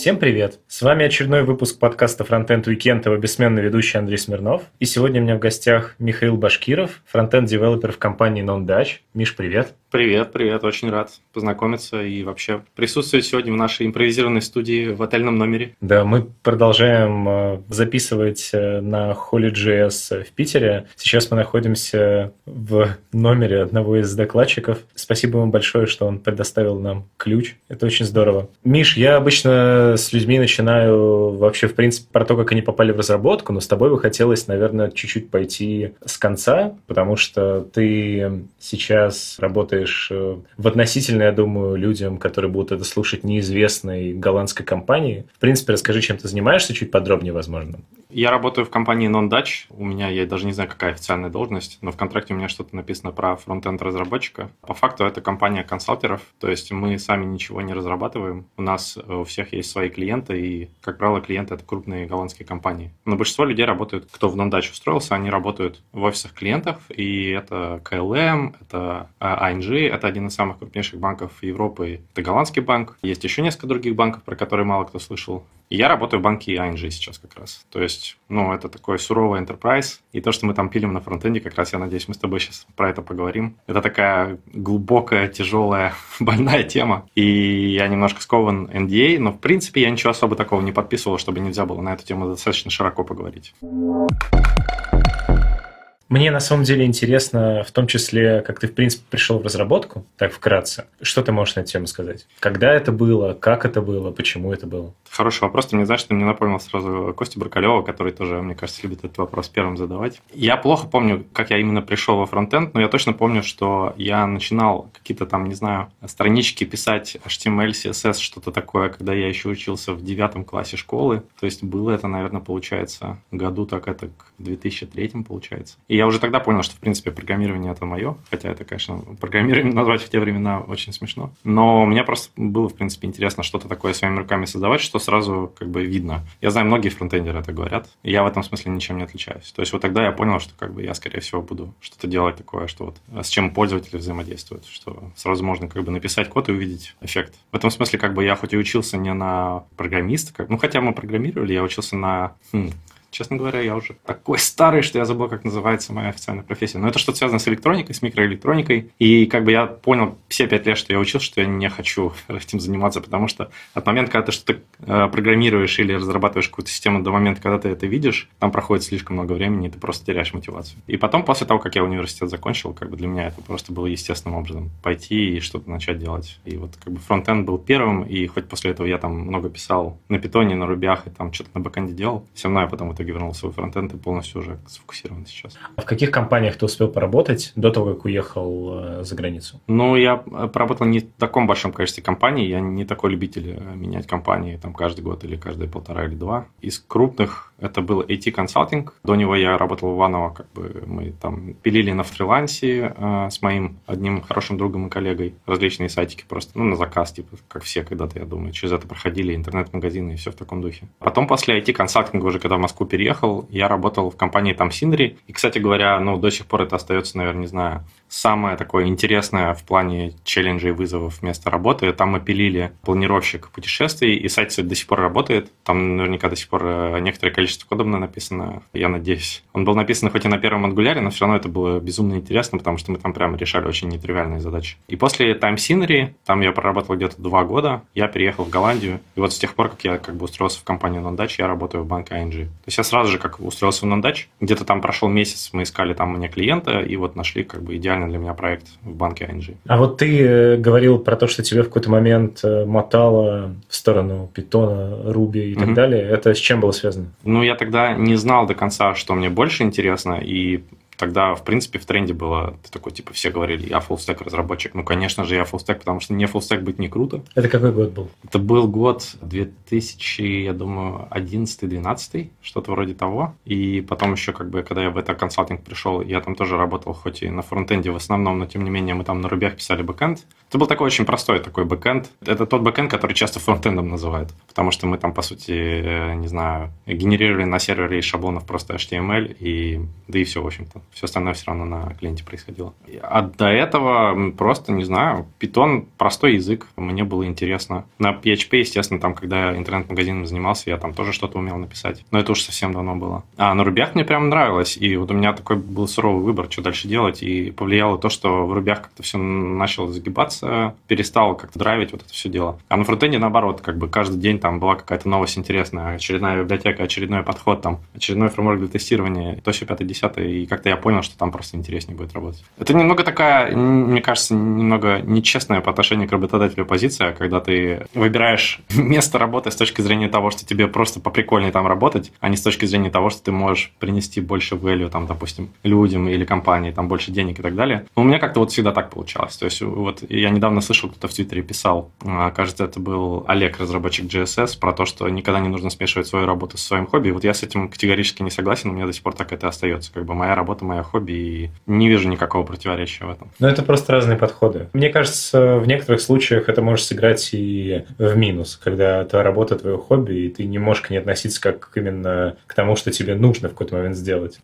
Всем привет! С вами очередной выпуск подкаста Frontend Weekend, его бессменный ведущий Андрей Смирнов. И сегодня у меня в гостях Михаил Башкиров, фронтенд-девелопер в компании NoneDutch. Миш, привет! Привет, очень рад познакомиться и вообще присутствовать сегодня в нашей импровизированной студии в отельном номере. Да, мы продолжаем записывать на Holy.js в Питере. Сейчас мы находимся в номере одного из докладчиков. Спасибо ему большое, что он предоставил нам ключ. Это очень здорово. Миш, я обычно с людьми начинаю вообще, в принципе, про то, как они попали в разработку, но с тобой бы хотелось, наверное, чуть-чуть пойти с конца, потому что ты сейчас работаешь в относительно, я думаю, людям, которые будут это слушать, неизвестной голландской компании. В принципе, расскажи, чем ты занимаешься, чуть подробнее, возможно. Я работаю в компании NoneDutch. У меня, я даже не знаю, какая официальная должность, но в контракте у меня что-то написано про фронтенд-разработчика. По факту это компания консалтеров, то есть мы сами ничего не разрабатываем. У нас у всех есть свои клиенты, и, как правило, клиенты – это крупные голландские компании. Но большинство людей работают, кто в NoneDutch устроился, они работают в офисах клиентов, и это KLM, это ING, это один из самых крупнейших банков Европы, это голландский банк. Есть еще несколько других банков, про которые мало кто слышал. И я работаю в банке ING сейчас как раз. То есть, это такой суровый enterprise. И то, что мы там пилим на фронтенде, как раз, я надеюсь, мы с тобой сейчас про это поговорим. Это такая глубокая, тяжелая, больная тема. И я немножко скован NDA, но, в принципе, я ничего особо такого не подписывал, чтобы нельзя было на эту тему достаточно широко поговорить. Мне на самом деле интересно, в том числе, как ты, в принципе, пришел в разработку, так вкратце. Что ты можешь на эту тему сказать? Когда это было, как это было, почему это было? Хороший вопрос. Ты мне знаешь, что мне напомнил сразу Костю Баркалева, который тоже, мне кажется, любит этот вопрос первым задавать. Я плохо помню, как я именно пришел во фронтенд, но я точно помню, что я начинал какие-то там, не знаю, странички писать, HTML, CSS, что-то такое, когда я еще учился в 9 классе школы. То есть было это, наверное, получается, году так это в 2003 получается. И я уже тогда понял, что, в принципе, программирование – это мое. Хотя это, конечно, программирование назвать в те времена очень смешно. Но мне просто было, в принципе, интересно что-то такое своими руками создавать, что сразу как бы видно. Я знаю, многие фронтендеры это говорят, и я в этом смысле ничем не отличаюсь. То есть вот тогда я понял, что как бы я, скорее всего, буду что-то делать такое, что вот с чем пользователи взаимодействуют, что сразу можно как бы написать код и увидеть эффект. В этом смысле как бы я хоть и учился не на программиста, хотя мы программировали, я учился на... Честно говоря, я уже такой старый, что я забыл, как называется моя официальная профессия. Но это что-то связано с электроникой, с микроэлектроникой. И как бы я понял все 5 лет, что я учился, что я не хочу этим заниматься, потому что от момента, когда ты что-то программируешь или разрабатываешь какую-то систему, до момента, когда ты это видишь, там проходит слишком много времени, и ты просто теряешь мотивацию. И потом, после того, как я университет закончил, как бы для меня это просто было естественным образом пойти и что-то начать делать. И вот как бы фронтенд был первым, и хоть после этого я там много писал на питоне, на рубях, и там что-то на бэкэнде делал, все равно я потом в итоге вернулся в фронтенд и полностью уже сфокусирован сейчас. А в каких компаниях ты успел поработать до того, как уехал за границу? Я поработал не в таком большом количестве компаний, я не такой любитель менять компании там каждый год или каждые 1,5 или 2. Из крупных это был IT-консалтинг. До него я работал в Иваново, как бы мы там пилили на фрилансе с моим одним хорошим другом и коллегой различные сайтики просто, на заказ, типа, как все когда-то, я думаю, через это проходили интернет-магазины и все в таком духе. Потом после IT-консалтинга уже, когда в Москву переехал, я работал в компании там Scenery. И, кстати говоря, до сих пор это остается, наверное, не знаю, самое такое интересное в плане челленджей и вызовов место работы. Там мы пилили планировщик путешествий, и сайт до сих пор работает. Там наверняка до сих пор некоторое количество кодов написано, я надеюсь. Он был написан хоть и на первом ангуляре, но все равно это было безумно интересно, потому что мы там прямо решали очень нетривиальные задачи. И после Time Scenery, там я проработал где-то 2 года, я переехал в Голландию. И вот с тех пор, как я как бы устроился в компанию NoneDutch, я работаю в банке ING. То есть я сразу же как устроился в NoneDutch, где-то там прошел месяц, мы искали там мне клиента, и вот нашли как бы идеальный для меня проект в банке ING. А вот ты говорил про то, что тебе в какой-то момент мотало в сторону Python, Ruby и так далее. Это с чем было связано? Я тогда не знал до конца, что мне больше интересно, и тогда, в принципе, в тренде было такой, типа, все говорили, я фуллстек разработчик. Конечно же, я фуллстек, потому что не фуллстек быть не круто. Это какой год был? Это был год 2000, я думаю, 11-12, что-то вроде того. И потом еще, как бы, когда я в этот консалтинг пришел, я там тоже работал, хоть и на фронтенде в основном, но тем не менее мы там на рубях писали бэкэнд. Это был такой очень простой такой бэкэнд. Это тот бэкэнд, который часто фронтендом называют. Потому что мы там, по сути, не знаю, генерировали на сервере из шаблонов просто HTML, да и все, в общем-то. Все остальное все равно на клиенте происходило. А до этого просто, не знаю, Python простой язык, мне было интересно. На PHP, естественно, там, когда я интернет-магазином занимался, я там тоже что-то умел написать. Но это уж совсем давно было. А на Ruby мне прям нравилось. И вот у меня такой был суровый выбор, что дальше делать. И повлияло то, что в Ruby как-то все начало загибаться, перестал как-то драйвить вот это все дело. А на фронтенде, наоборот, как бы каждый день там была какая-то новость интересная, очередная библиотека, очередной подход, там, очередной фреймворк для тестирования, то все 5-10, и как-то я понял, что там просто интереснее будет работать. Это немного такая, мне кажется, немного нечестная по отношению к работодателю позиция, когда ты выбираешь место работы с точки зрения того, что тебе просто поприкольнее там работать, а не с точки зрения того, что ты можешь принести больше value, там, допустим, людям или компании, там, больше денег и так далее. Но у меня как-то вот всегда так получалось. То есть вот я недавно слышал, кто-то в Твиттере писал, кажется, это был Олег, разработчик GSS, про то, что никогда не нужно смешивать свою работу со своим хобби. Вот я с этим категорически не согласен, у меня до сих пор так это остается. Как бы моя работа, моя хобби, и не вижу никакого противоречия в этом. Но это просто разные подходы. Мне кажется, в некоторых случаях это может сыграть и в минус, когда твоя работа твое хобби, и ты не можешь к ней относиться как именно к тому, что тебе нужно в какой-то момент сделать.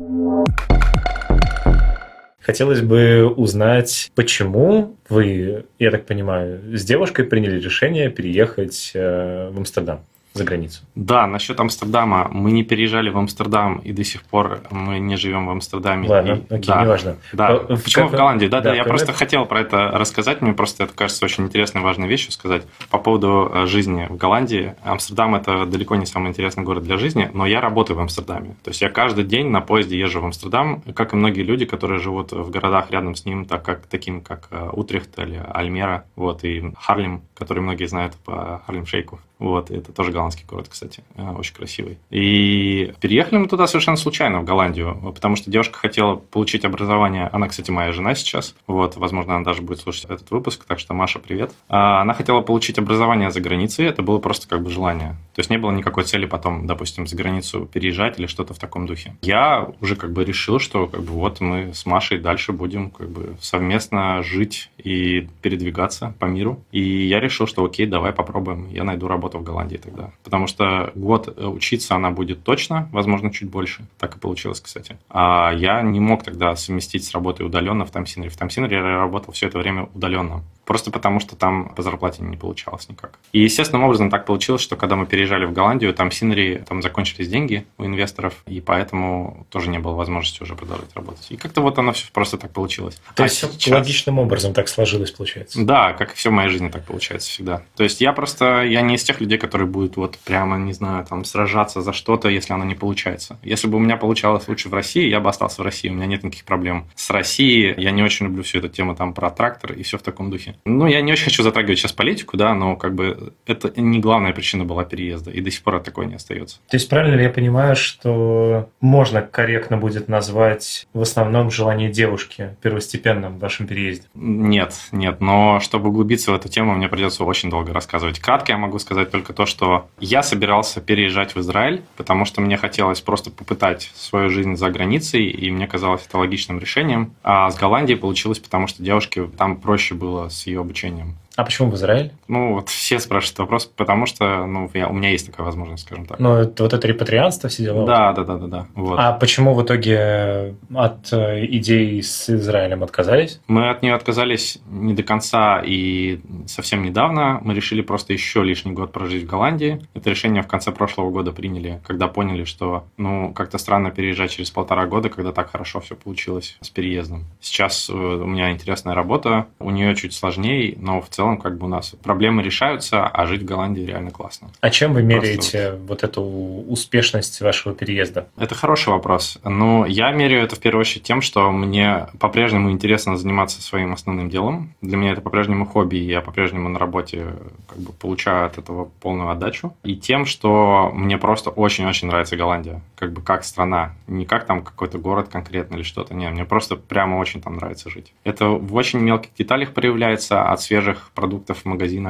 Хотелось бы узнать, почему вы, я так понимаю, с девушкой приняли решение переехать в Амстердам, за границу. Да, насчет Амстердама. Мы не переезжали в Амстердам, и до сих пор мы не живем в Амстердаме. Ладно, окей, да, неважно. Да. Почему в Голландии? Да, я просто это... хотел про это рассказать. Мне просто это кажется очень интересной, важной вещью сказать по поводу жизни в Голландии. Амстердам – это далеко не самый интересный город для жизни, но я работаю в Амстердаме. То есть я каждый день на поезде езжу в Амстердам, как и многие люди, которые живут в городах рядом с ним, таким как Утрехт или Альмера, вот, и Харлем, который многие знают по Харлем-шейку. Вот, это тоже голландский город, кстати, очень красивый. И переехали мы туда совершенно случайно, в Голландию, потому что девушка хотела получить образование, она, кстати, моя жена сейчас, вот, возможно, она даже будет слушать этот выпуск, так что, Маша, привет. Она хотела получить образование за границей, это было просто как бы желание. То есть не было никакой цели потом, допустим, за границу переезжать или что-то в таком духе. Я уже как бы решил, что как бы вот мы с Машей дальше будем как бы совместно жить и передвигаться по миру. И я решил, что окей, давай попробуем, я найду работу в Голландии тогда. Потому что год учиться она будет точно, возможно, чуть больше. Так и получилось, кстати. А я не мог тогда совместить с работой удаленно в Таймсинере. В Таймсинере я работал все это время удаленно. Просто потому, что там по зарплате не получалось никак. И естественным образом так получилось, что когда мы переезжали в Голландию, там в Таймсинере там закончились деньги у инвесторов, и поэтому тоже не было возможности уже продолжать работать. И как-то вот оно все просто так получилось. То есть сейчас... логичным образом так сложилось, получается? Да, как и все в моей жизни так получается всегда. То есть я не из тех людей, которые будут вот прямо, не знаю, там сражаться за что-то, если оно не получается. Если бы у меня получалось лучше в России, я бы остался в России. У меня нет никаких проблем с Россией. Я не очень люблю всю эту тему там про трактор и все в таком духе. Ну, я не очень хочу затрагивать сейчас политику, да, но как бы это не главная причина была переезда, и до сих пор от такой не остается. То есть правильно ли я понимаю, что можно корректно будет назвать в основном желание девушки первостепенным в вашем переезде? Нет, но чтобы углубиться в эту тему, мне придется очень долго рассказывать. Кратко я могу сказать только то, что я собирался переезжать в Израиль, потому что мне хотелось просто попытать свою жизнь за границей, и мне казалось это логичным решением. А с Голландией получилось, потому что девушке там проще было с ее обучением. А почему в Израиль? Ну, вот все спрашивают вопрос, потому что у меня есть такая возможность, скажем так. Ну, это вот это репатрианство все дела? Да. Вот. А почему в итоге от идей с Израилем отказались? Мы от нее отказались не до конца, и совсем недавно мы решили просто еще лишний год прожить в Голландии. Это решение в конце прошлого года приняли, когда поняли, что как-то странно переезжать через 1,5 года, когда так хорошо все получилось с переездом. Сейчас у меня интересная работа, у нее чуть сложнее, но в целом как бы у нас проблемы решаются, а жить в Голландии реально классно. А чем вы меряете вот эту успешность вашего переезда? Это хороший вопрос. Но я меряю это в первую очередь тем, что мне по-прежнему интересно заниматься своим основным делом. Для меня это по-прежнему хобби, и я по-прежнему на работе как бы получаю от этого полную отдачу. И тем, что мне просто очень-очень нравится Голландия. Как бы как страна. Не как там какой-то город конкретно или что-то. Не, мне просто прямо очень там нравится жить. Это в очень мелких деталях проявляется, от свежих продуктов в магазинах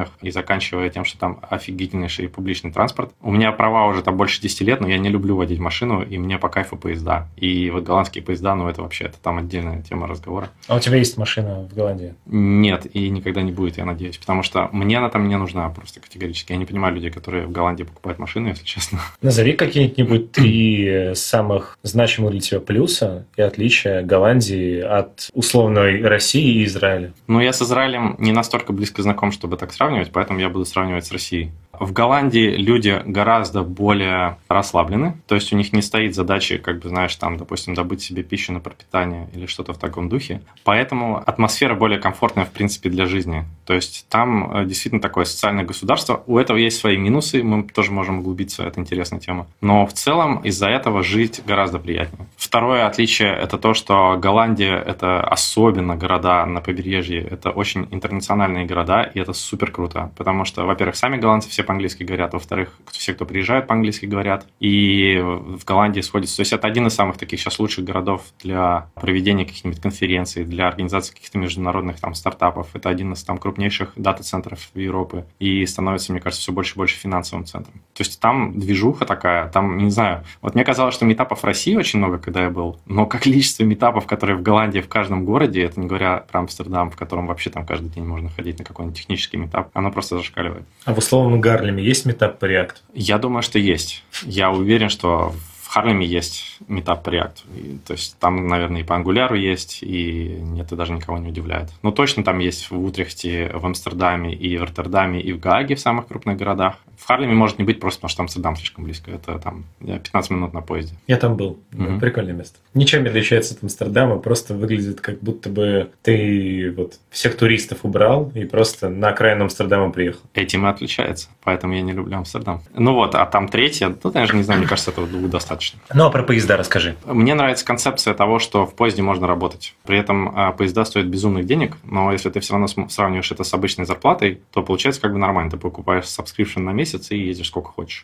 машинах и заканчивая тем, что там офигительнейший публичный транспорт. У меня права уже там больше 10 лет, но я не люблю водить машину, и мне по кайфу поезда. И вот голландские поезда, ну это вообще, это там отдельная тема разговора. А у тебя есть машина в Голландии? Нет, и никогда не будет, я надеюсь, потому что мне она там не нужна просто категорически. Я не понимаю людей, которые в Голландии покупают машину, если честно. Назови какие-нибудь 3 самых значимых для тебя плюса и отличия Голландии от условной России и Израиля. Ну, я с Израилем не настолько близко знаком, чтобы так сравнивать, поэтому я буду сравнивать с Россией. В Голландии люди гораздо более расслаблены, то есть у них не стоит задачи, как бы, знаешь, там, допустим, добыть себе пищу на пропитание или что-то в таком духе. Поэтому атмосфера более комфортная, в принципе, для жизни. То есть там действительно такое социальное государство. У этого есть свои минусы, мы тоже можем углубиться, это интересная тема. Но в целом из-за этого жить гораздо приятнее. Второе отличие – это то, что Голландия – это особенно города на побережье, это очень интернациональные города, и это супер круто, потому что, во-первых, сами голландцы все по-английски говорят, во-вторых, все, кто приезжают, по-английски говорят, и в Голландии сходятся. То есть это один из самых таких сейчас лучших городов для проведения каких-нибудь конференций, для организации каких-то международных там стартапов. Это один из там крупнейших дата-центров в Европе и становится, мне кажется, все больше и больше финансовым центром. То есть там движуха такая, там, не знаю, вот мне казалось, что митапов в России очень много, когда я был, но как количество митапов, которые в Голландии в каждом городе, это не говоря про Амстердам, в котором вообще там каждый день можно ходить на какой-нибудь технический митап, оно просто зашкаливает. А в условном Гарлеме есть митап по React? Я думаю, что есть. Я уверен, что в Харлеме есть митап по React. То есть там, наверное, и по Angular есть, и это даже никого не удивляет. Но точно там есть в Утрехте, в Амстердаме, и в Роттердаме, и в Гааге, в самых крупных городах. В Харлеме может не быть просто потому, что Амстердам слишком близко. Это там 15 минут на поезде. Я там был. Прикольное место. Ничем не отличается от Амстердама, просто выглядит как будто бы ты вот всех туристов убрал и просто на окраину Амстердама приехал. Этим и отличается. Поэтому я не люблю Амстердам. Ну вот, а там третье, ну, конечно, не знаю, мне кажется, этого двух достаточно. Ну, а про поезда расскажи. Мне нравится концепция того, что в поезде можно работать. При этом поезда стоят безумных денег, но если ты все равно сравниваешь это с обычной зарплатой, то получается как бы нормально. Ты покупаешь subscription на месяц и ездишь сколько хочешь.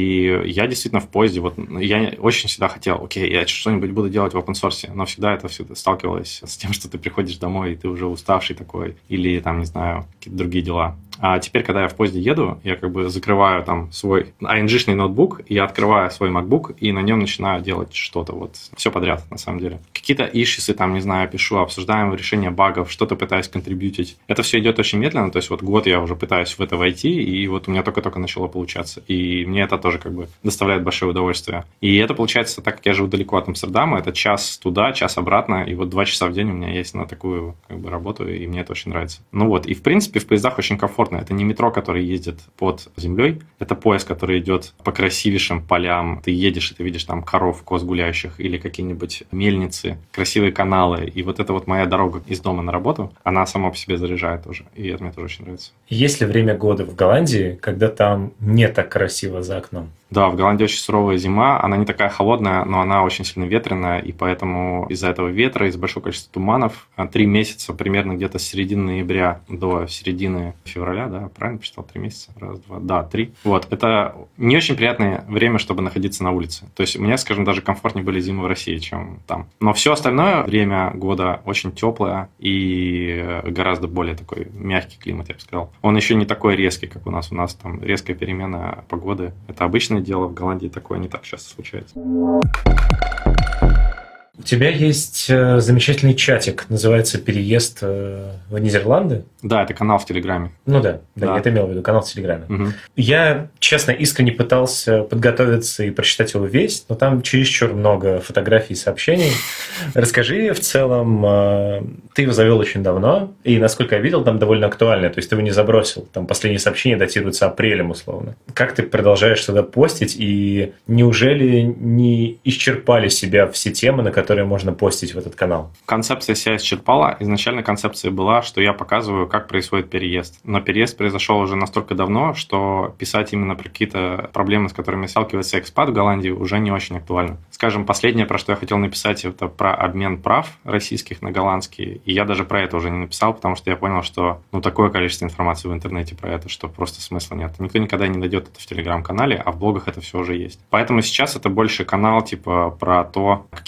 И я действительно в поезде, вот я очень всегда хотел, окей, я что-нибудь буду делать в open source, но всегда это все сталкивалось с тем, что ты приходишь домой, и ты уже уставший такой, или там, не знаю, какие-то другие дела. А теперь, когда я в поезде еду, я как бы закрываю там свой ING-шный ноутбук, я открываю свой MacBook и на нем начинаю делать что-то, вот, все подряд, на самом деле. Какие-то ишисы там, не знаю, пишу, обсуждаем решение багов, что-то пытаюсь контрибьютить. Это все идет очень медленно, то есть вот год я уже пытаюсь в это войти, и вот у меня только-только начало получаться. И мне это тоже как бы доставляет большое удовольствие. И это получается, так как я живу далеко от Амстердама, это час туда, час обратно, и вот 2 часа в день у меня есть на такую как бы работу, и мне это очень нравится. Ну вот, и в принципе в поездах очень комфортно. Это не метро, который ездит под землей, это поезд, который идет по красивейшим полям. Ты едешь, и ты видишь там коров, коз гуляющих или какие-нибудь мельницы, красивые каналы. И вот эта вот моя дорога из дома на работу, она сама по себе заряжает тоже. И это мне тоже очень нравится. Есть ли время года в Голландии, когда там не так красиво за окном? Да, в Голландии очень суровая зима, она не такая холодная, но она очень сильно ветреная, и поэтому из-за этого ветра, из-за большого количества туманов, 3 месяца, примерно где-то с середины ноября до середины февраля, да, правильно посчитал, 3 месяца? Раз, два, да, 3. Вот, это не очень приятное время, чтобы находиться на улице. То есть мне, скажем, даже комфортнее были зимы в России, чем там. Но все остальное время года очень теплое и гораздо более такой мягкий климат, я бы сказал. Он еще не такой резкий, как у нас. У нас там резкая перемена погоды. Это обычное дело, в Голландии такое не так часто случается. У тебя есть замечательный чатик, называется «Переезд в Нидерланды». Да, это канал в Телеграме. Ну да, я это имел в виду, канал в Телеграме. Угу. Я, честно, искренне пытался подготовиться и прочитать его весь, но там чересчур много фотографий и сообщений. Расскажи, в целом, ты его завел очень давно, и, насколько я видел, там довольно актуально, то есть ты его не забросил. Там последние сообщения датируются апрелем, условно. Как ты продолжаешь туда постить, и неужели не исчерпали себя все темы, на которые можно постить в этот канал? Концепция себя исчерпала. Изначально концепция была, что я показываю, как происходит переезд. Но переезд произошел уже настолько давно, что писать именно про какие-то проблемы, с которыми сталкивается экспат в Голландии, уже не очень актуально. Скажем, последнее, про что я хотел написать, это про обмен прав российских на голландские. И я даже про это уже не написал, потому что я понял, что такое количество информации в интернете про это, что просто смысла нет. Никто никогда не найдет это в Телеграм-канале, а в блогах это все уже есть. Поэтому сейчас это больше канал типа про то, какие интересные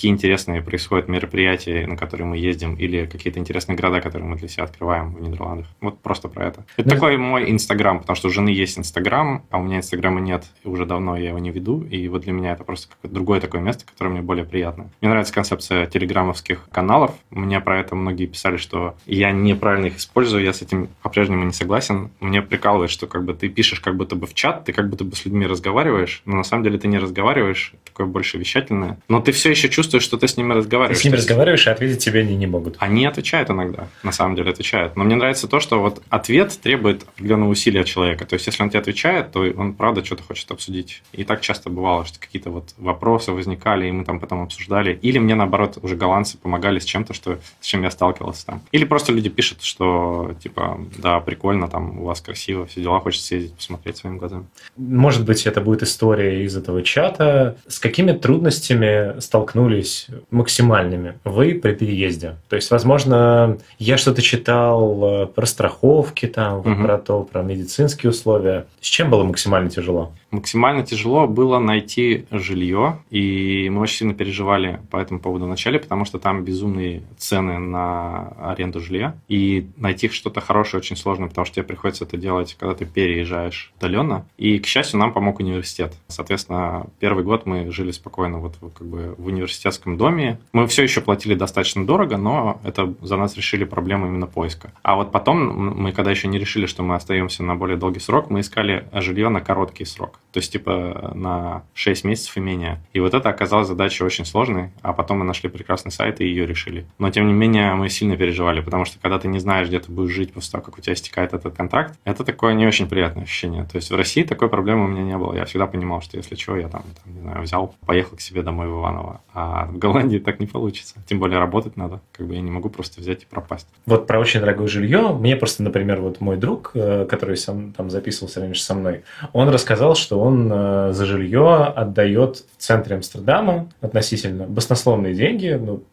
интересные происходят мероприятия, на которые мы ездим, или какие-то интересные города, которые мы для себя открываем в Нидерландах. Вот просто про это. Это такой мой Инстаграм, потому что у жены есть Инстаграм, а у меня Инстаграма нет, и уже давно я его не веду, и вот для меня это просто какое-то другое такое место, которое мне более приятно. Мне нравится концепция телеграммовских каналов. Мне про это многие писали, что я неправильно их использую, я с этим по-прежнему не согласен. Мне прикалывает, что как бы ты пишешь как будто бы в чат, ты как будто бы с людьми разговариваешь, но на самом деле ты не разговариваешь, такое больше вещательное. Но ты все еще чувствуешь, что ты с ними разговариваешь. Ты с ними разговариваешь, и ответить тебе они не могут. Они отвечают иногда, на самом деле отвечают. Но мне нравится то, что вот ответ требует определенного усилия от человека. То есть, если он тебе отвечает, то он, правда, что-то хочет обсудить. И так часто бывало, что какие-то вот вопросы возникали, и мы там потом обсуждали. Или мне, наоборот, уже голландцы помогали с чем-то, с чем я сталкивался там. Или просто люди пишут, что, типа, да, прикольно, там, у вас красиво, все дела, хочется съездить, посмотреть своими глазами. Может быть, это будет история из этого чата. С какими трудностями столкнулись максимальными вы при переезде? То есть, возможно, я что-то читал про страховки, там, про медицинские условия. С чем было максимально тяжело? Максимально тяжело было найти жилье, и мы очень сильно переживали по этому поводу вначале, потому что там безумные цены на аренду жилья, и найти что-то хорошее очень сложно, потому что тебе приходится это делать, когда ты переезжаешь удаленно. И, к счастью, нам помог университет. Соответственно, первый год мы жили спокойно вот как бы в университетском доме. Мы все еще платили достаточно дорого, но это за нас решили проблему именно поиска. А вот потом мы, когда еще не решили, что мы остаемся на более долгий срок, мы искали жилье на короткий срок. То есть, типа, на 6 месяцев и менее. И вот это оказалось задачей очень сложной, а потом мы нашли прекрасный сайт и ее решили. Но, тем не менее, мы сильно переживали, потому что, когда ты не знаешь, где ты будешь жить после того, как у тебя истекает этот контракт, это такое не очень приятное ощущение. То есть, в России такой проблемы у меня не было. Я всегда понимал, что если что, я там не знаю, взял, поехал к себе домой в Иваново. А в Голландии так не получится. Тем более, работать надо. Как бы я не могу просто взять и пропасть. Вот про очень дорогое жилье. Мне просто, например, вот мой друг, который там записывался раньше со мной, он рассказал, что он за жилье отдает в центре Амстердама относительно баснословные деньги,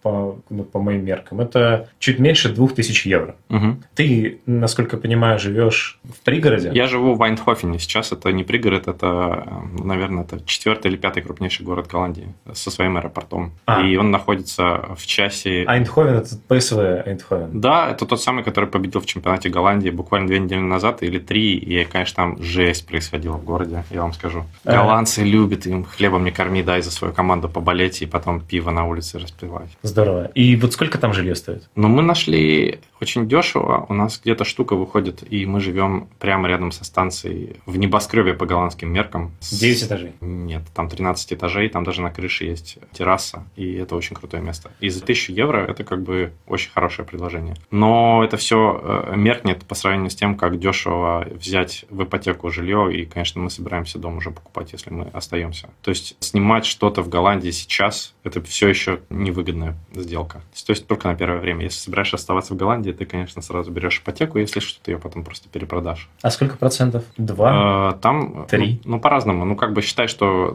по моим меркам. Это чуть меньше 2000 евро. Угу. Ты, насколько понимаю, живешь в пригороде? Я живу в Айндхофене. Сейчас это не пригород, это, наверное, это 4-й или 5-й крупнейший город Голландии со своим аэропортом. И он находится в часе... Айндховен – это ПСВ Айндховен. Да, это тот самый, который победил в чемпионате Голландии буквально 2 недели назад или 3. И, конечно, там жесть происходила в городе, я вам скажу. Голландцы любят, им хлебом не корми, дай за свою команду поболеть и потом пиво на улице распивать. Здорово. И вот сколько там жилье стоит? Ну, мы нашли очень дешево. У нас где-то штука выходит, и мы живем прямо рядом со станцией в небоскребе по голландским меркам. 9 этажей? Нет, там 13 этажей, там даже на крыше есть терраса, и это очень крутое место. И за 1000 евро это как бы очень хорошее предложение. Но это все меркнет по сравнению с тем, как дешево взять в ипотеку жилье, и, конечно, мы собираемся дом уже покупать, если мы остаемся. То есть снимать что-то в Голландии сейчас – это все еще невыгодная сделка. То есть только на первое время. Если собираешься оставаться в Голландии, ты, конечно, сразу берешь ипотеку, если что, ты ее потом просто перепродашь. А сколько процентов? 2? Там 3? Ну, по-разному. Ну, как бы считай, что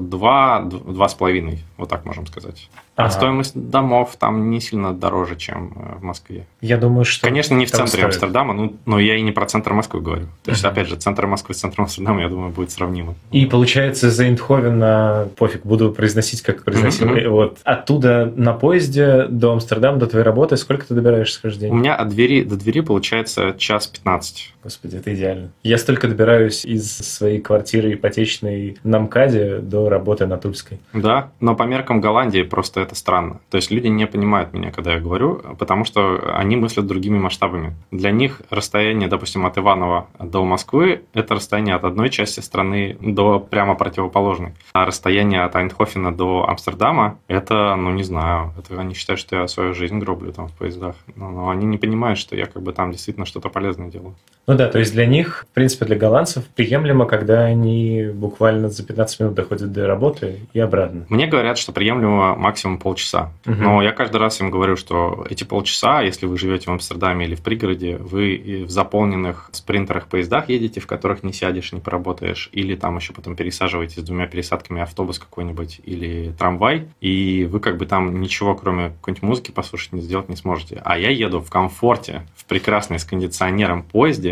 2,5, вот так можем сказать. А стоимость домов там не сильно дороже, чем в Москве. Я думаю, что... Конечно, не в центре Амстердама, но я и не про центр Москвы говорю. То есть, опять же, центр Москвы с центром Амстердама, я думаю, будет сравнимо. И получается, из Эйндховена, пофиг, буду произносить, как произносил. Вот оттуда на поезде до Амстердама, до твоей работы, сколько ты добираешься с хождения? У меня от двери до двери получается 1:15. Господи, это идеально. Я столько добираюсь из своей квартиры ипотечной на МКАДе до работы на Тульской. Да, но по меркам Голландии просто это странно. То есть люди не понимают меня, когда я говорю, потому что они мыслят другими масштабами. Для них расстояние, допустим, от Иванова до Москвы – это расстояние от одной части страны до прямо противоположной. А расстояние от Айндхофена до Амстердама – это, ну не знаю, это они считают, что я свою жизнь гроблю там в поездах. Но они не понимают, что я как бы там действительно что-то полезное делаю. Ну да, то есть для них, в принципе, для голландцев приемлемо, когда они буквально за 15 минут доходят до работы и обратно. Мне говорят, что приемлемо максимум полчаса. Но я каждый раз им говорю, что эти полчаса, если вы живете в Амстердаме или в пригороде, вы в заполненных спринтерах поездах едете, в которых не сядешь, не поработаешь, или там еще потом пересаживаетесь с 2 пересадками автобус какой-нибудь или трамвай, и вы как бы там ничего, кроме какой-нибудь музыки послушать, не сделать не сможете. А я еду в комфорте, в прекрасной с кондиционером поезде,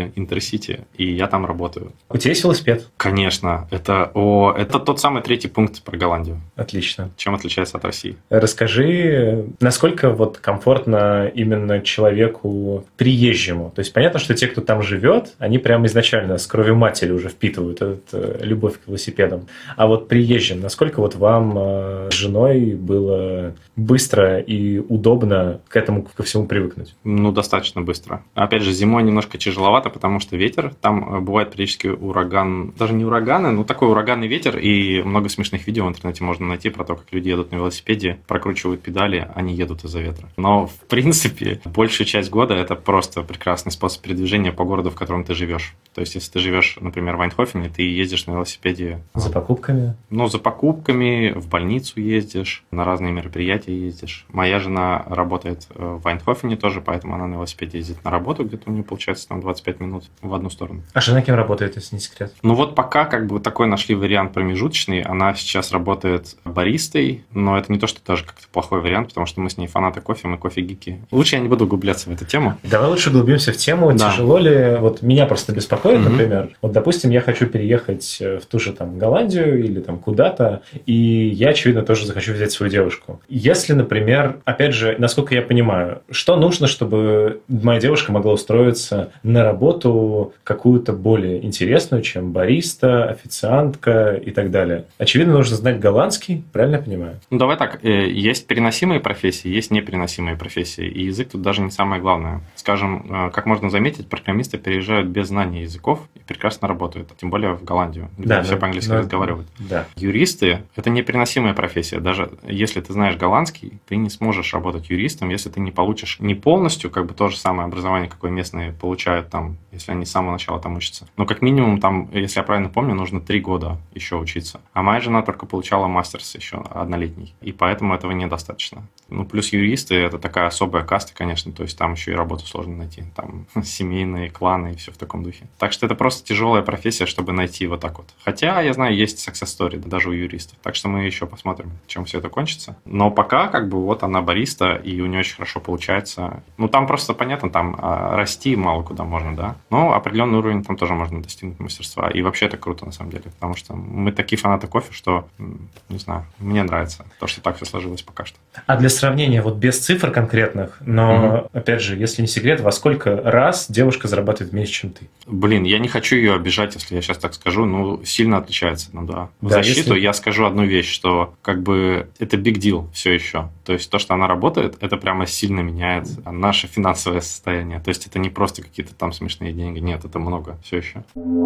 городе Интерсити, и я там работаю. У тебя есть велосипед? Конечно. Это тот самый третий пункт про Голландию. Отлично. Чем отличается от России? Расскажи, насколько вот комфортно именно человеку приезжему? То есть понятно, что те, кто там живет, они прямо изначально с кровью матери уже впитывают эту любовь к велосипедам. А вот приезжим, насколько вот вам с женой было быстро и удобно к этому ко всему привыкнуть? Ну, достаточно быстро. Опять же, зимой немножко тяжеловато, потому что ветер. Там бывает периодически ураган, даже не ураганы, но такой ураганный ветер, и много смешных видео в интернете можно найти про то, как люди едут на велосипеде, прокручивают педали, они едут из-за ветра. Но, в принципе, большую часть года это просто прекрасный способ передвижения по городу, в котором ты живешь. То есть, если ты живешь, например, в Айнхофене, ты ездишь на велосипеде... За покупками? Ну, за покупками, в больницу ездишь, на разные мероприятия ездишь. Моя жена работает в Айнхофене тоже, поэтому она на велосипеде ездит на работу, где-то у нее получается там 25 минут в одну сторону. А жена кем работает, если не секрет? Ну вот пока как бы такой нашли вариант промежуточный. Она сейчас работает баристой, но это не то, что даже как-то плохой вариант, потому что мы с ней фанаты кофе, мы кофе-гики. Лучше я не буду углубляться в эту тему. Давай лучше углубимся в тему. Да. Тяжело ли... Вот меня просто беспокоит, например. Вот, допустим, я хочу переехать в ту же там Голландию или там куда-то, и я, очевидно, тоже захочу взять свою девушку. Если, например, опять же, насколько я понимаю, что нужно, чтобы моя девушка могла устроиться на работу какую-то более интересную, чем бариста, официантка и так далее? Очевидно, нужно знать голландский, правильно я понимаю? Ну, давай так, есть переносимые профессии, есть непереносимые профессии, и язык тут даже не самое главное. Скажем, как можно заметить, программисты переезжают без знания языков и прекрасно работают, тем более в Голландию, где все по-английски разговаривают. Да. Юристы – это непереносимая профессия. Даже если ты знаешь голландский, ты не сможешь работать юристом, если ты не получишь не полностью как бы то же самое образование, какое местные получают там, если они с самого начала там учатся. Но как минимум там, если я правильно помню, нужно 3 года еще учиться. А моя жена только получала мастерс еще однолетний, и поэтому этого недостаточно. Ну, плюс юристы – это такая особая каста, конечно, то есть там еще и работу сложно найти. Там семейные кланы и все в таком духе. Так что это просто тяжелая профессия, чтобы найти вот так вот. Хотя, я знаю, есть success story даже у юристов. Так что мы еще посмотрим, чем все это кончится. Но пока как бы вот она бариста, и у нее очень хорошо получается. Ну, там просто понятно, там расти мало куда можно, да. Но определенный уровень там тоже можно достигнуть мастерства. И вообще это круто, на самом деле. Потому что мы такие фанаты кофе, что, не знаю, мне нравится то, что так все сложилось пока что. А для сравнения, вот без цифр конкретных, но, опять же, если не секрет, во сколько раз девушка зарабатывает меньше, чем ты? Блин, я не хочу ее обижать, если я сейчас так скажу, ну, сильно отличается, ну да. В защиту я скажу одну вещь, что как бы это big deal все еще. То есть то, что она работает, это прямо сильно меняет наше финансовое состояние. То есть это не просто какие-то там смешные деньги, нет, это много все еще.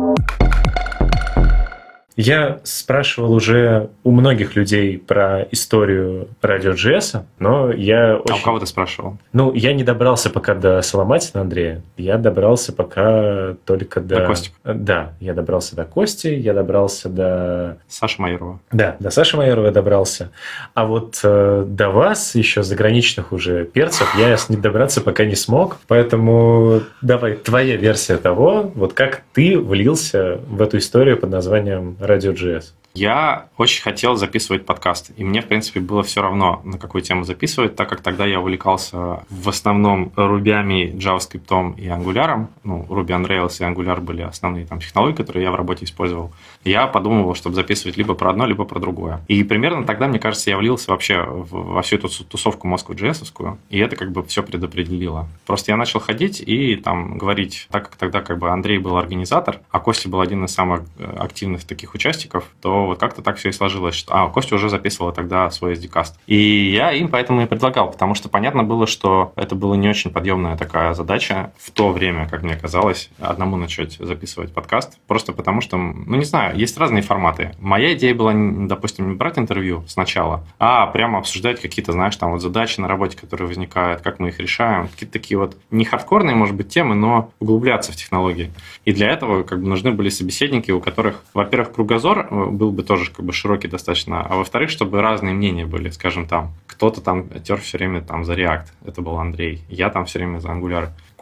Я спрашивал уже у многих людей про историю RadioJS, но я очень... А у кого ты спрашивал? Ну, я не добрался пока до Соломатина Андрея, я добрался пока только до Костика? Да, я добрался до Кости, я добрался до... Саши Майорова. Да, до Саши Майорова я добрался. А вот до вас, еще заграничных уже перцев, я не добраться пока не смог, поэтому давай, твоя версия того, вот как ты влился в эту историю под названием RadioJS. Я очень хотел записывать подкаст, и мне, в принципе, было все равно, на какую тему записывать, так как тогда я увлекался в основном Ruby'ами, JavaScript и Angular. Ну, Ruby on Rails и Angular были основные там технологии, которые я в работе использовал. Я подумывал, чтобы записывать либо про одно, либо про другое. И примерно тогда, мне кажется, я влился вообще во всю эту тусовку Moscow.js-овскую, и это как бы все предопределило. Просто я начал ходить и там говорить, так как тогда как бы Андрей был организатор, а Костя был один из самых активных таких участников, то вот как-то так все и сложилось, что Костя уже записывала тогда свой SD-каст. И я им поэтому и предлагал, потому что понятно было, что это была не очень подъемная такая задача в то время, как мне казалось, одному начать записывать подкаст, просто потому что, ну не знаю, есть разные форматы. Моя идея была, допустим, не брать интервью сначала, а прямо обсуждать какие-то, знаешь, там вот задачи на работе, которые возникают, как мы их решаем, какие-то такие вот не хардкорные, может быть, темы, но углубляться в технологии. И для этого как бы нужны были собеседники, у которых, во-первых, кругозор был бы тоже как бы широкий достаточно, а во-вторых, чтобы разные мнения были, скажем, там, кто-то там тер все время там за React, это был Андрей, я там все время за Angular.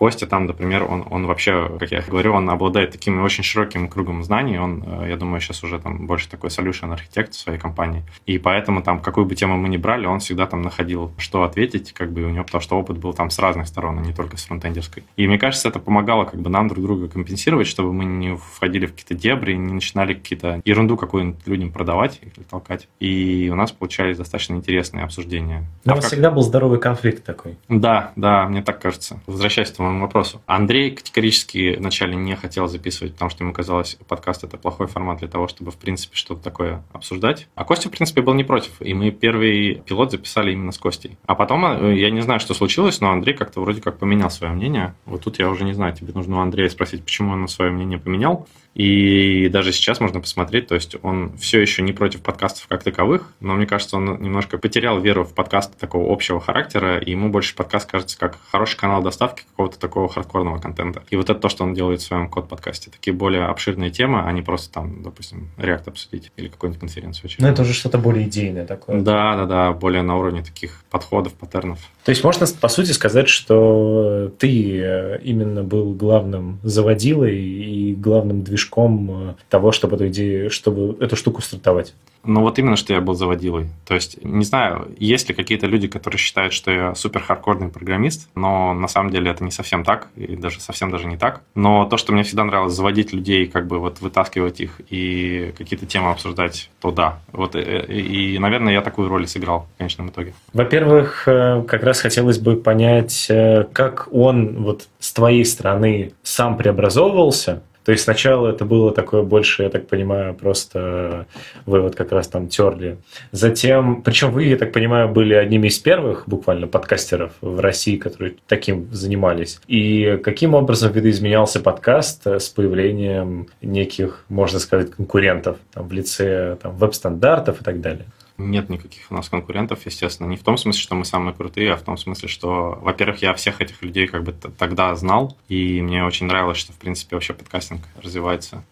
Костя там, например, он вообще, как я говорю, он обладает таким очень широким кругом знаний. Он, я думаю, сейчас уже там больше такой solution архитект в своей компании. И поэтому там, какую бы тему мы ни брали, он всегда там находил, что ответить, как бы у него, потому что опыт был там с разных сторон, а не только с фронтендерской. И мне кажется, это помогало как бы нам друг друга компенсировать, чтобы мы не входили в какие-то дебри, не начинали какие-то ерунду какую-нибудь людям продавать или толкать. И у нас получались достаточно интересные обсуждения. Но у вас всегда был здоровый конфликт такой. Да, мне так кажется. Возвращаясь к твоему вопросу. Андрей категорически вначале не хотел записывать, потому что ему казалось, подкаст – это плохой формат для того, чтобы, в принципе, что-то такое обсуждать. А Костя, в принципе, был не против. И мы первый пилот записали именно с Костей. А потом, я не знаю, что случилось, но Андрей как-то вроде как поменял свое мнение. Вот тут я уже не знаю, тебе нужно у Андрея спросить, почему он свое мнение поменял. И даже сейчас можно посмотреть, то есть он все еще не против подкастов как таковых, но мне кажется, он немножко потерял веру в подкасты такого общего характера, и ему больше подкаст кажется как хороший канал доставки какого-то такого хардкорного контента. И вот это то, что он делает в своем код-подкасте. Такие более обширные темы, а не просто там, допустим, React обсудить или какую-нибудь конференцию. Ну, это уже что-то более идейное такое. Да, более на уровне таких подходов, паттернов. То есть можно, по сути, сказать, что ты именно был главным заводилой и главным движком того, чтобы эту идею, чтобы эту штуку стартовать. Ну, вот именно, что я был заводилой. То есть, не знаю, есть ли какие-то люди, которые считают, что я супер хардкорный программист, но на самом деле это не совсем так, и даже совсем даже не так. Но то, что мне всегда нравилось заводить людей, как бы вот вытаскивать их и какие-то темы обсуждать, то да. Вот, и, наверное, я такую роль и сыграл в конечном итоге. Во-первых, как раз хотелось бы понять, как он вот с твоей стороны сам преобразовывался. То есть сначала это было такое больше, я так понимаю, просто вы вот как раз там терли. Затем, причем вы, я так понимаю, были одними из первых буквально подкастеров в России, которые таким занимались. И каким образом видоизменялся подкаст с появлением неких, можно сказать, конкурентов там, в лице там, веб-стандартов и так далее? Нет никаких у нас конкурентов, естественно. Не в том смысле, что мы самые крутые, а в том смысле, что, во-первых, я всех этих людей как бы тогда знал, и мне очень нравилось, что, в принципе, вообще подкастинг развивается.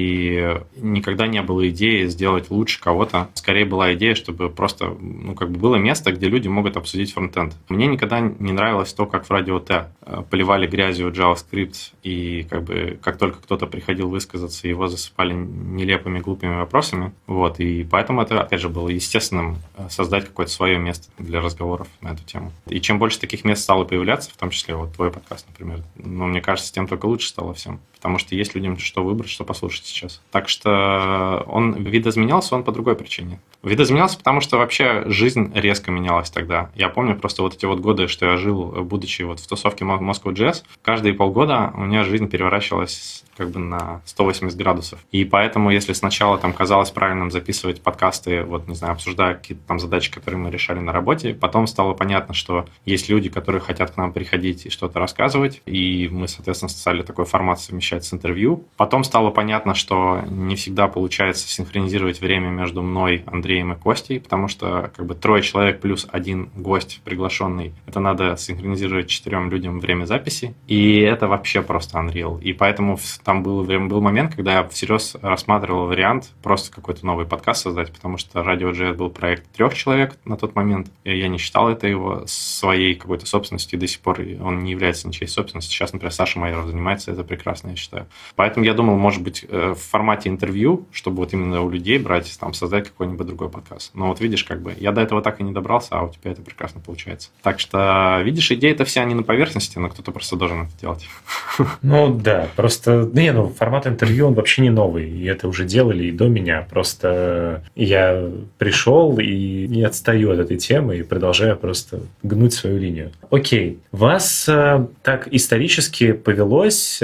И никогда не было идеи сделать лучше кого-то. Скорее была идея, чтобы просто, ну, как бы было место, где люди могут обсудить фронтенд. Мне никогда не нравилось то, как в Радио Т поливали грязью JavaScript, и как бы как только кто-то приходил высказаться, его засыпали нелепыми, глупыми вопросами. Вот, и поэтому это, опять же, было естественным создать какое-то свое место для разговоров на эту тему. И чем больше таких мест стало появляться, в том числе вот твой подкаст, например, ну, мне кажется, тем только лучше стало всем. Потому что есть людям что выбрать, что послушать сейчас. Так что он видоизменялся, он по другой причине. Видоизменялся, потому что вообще жизнь резко менялась тогда. Я помню просто вот эти вот годы, что я жил, будучи вот в тусовке Moscow.js, каждые полгода у меня жизнь переворачивалась как бы на 180 градусов. И поэтому, если сначала там казалось правильным записывать подкасты, вот, не знаю, обсуждая какие-то там задачи, которые мы решали на работе, потом стало понятно, что есть люди, которые хотят к нам приходить и что-то рассказывать, и мы, соответственно, стали такой формат совмещать с интервью. Потом стало понятно, что не всегда получается синхронизировать время между мной, Андреем и Костей, потому что как бы 3 человек плюс 1 гость приглашенный, это надо синхронизировать 4 людям время записи, и это вообще просто unreal. И поэтому там был момент, когда я всерьез рассматривал вариант просто какой-то новый подкаст создать, потому что Радио.js был проект 3 человек на тот момент, и я не считал это его своей какой-то собственностью, и до сих пор он не является ничьей собственностью. Сейчас, например, Саша Майоров занимается, это прекрасно, я считаю. Поэтому я думал, может быть, в формате интервью, чтобы вот именно у людей брать, там, создать какой-нибудь другой подкаст. Но вот видишь, как бы, я до этого так и не добрался, а у тебя это прекрасно получается. Так что, видишь, идеи-то все они на поверхности, но кто-то просто должен это делать. Ну, да, просто, формат интервью, он вообще не новый, и это уже делали и до меня, просто я пришел и не отстаю от этой темы и продолжаю просто гнуть свою линию. Окей, вас так исторически повелось,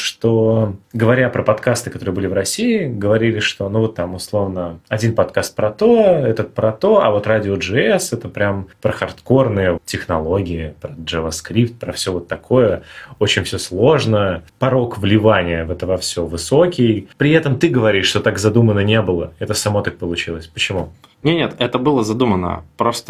что, говоря про подкасты, которые были в России, говорили, что, ну, вот там, условно, один подкаст про то, этот про то, а вот Радио.js — это прям про хардкорные технологии, про JavaScript, про все вот такое, очень все сложно, порог вливания в это во все высокий. При этом ты говоришь, что так задумано не было. Это само так получилось. Почему? Нет, это было задумано.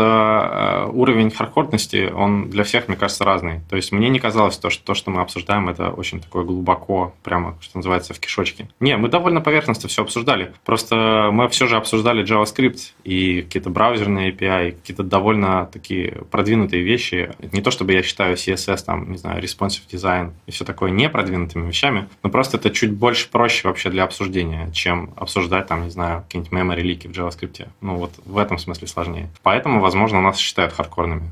Просто уровень хардкорности, он для всех, мне кажется, разный. То есть мне не казалось, то, что мы обсуждаем, это очень такое глубоко, прямо, что называется, в кишочке. Не, мы довольно поверхностно все обсуждали. Просто мы все же обсуждали JavaScript и какие-то браузерные API, какие-то довольно такие продвинутые вещи. Не то чтобы я считаю CSS, там, не знаю, responsive design и все такое не продвинутыми вещами, но просто это чуть больше проще вообще для обсуждения, чем обсуждать, там, не знаю, какие-нибудь memory лики в JavaScript. Ну, вот в этом смысле сложнее. Поэтому, возможно, нас считают хардкорными.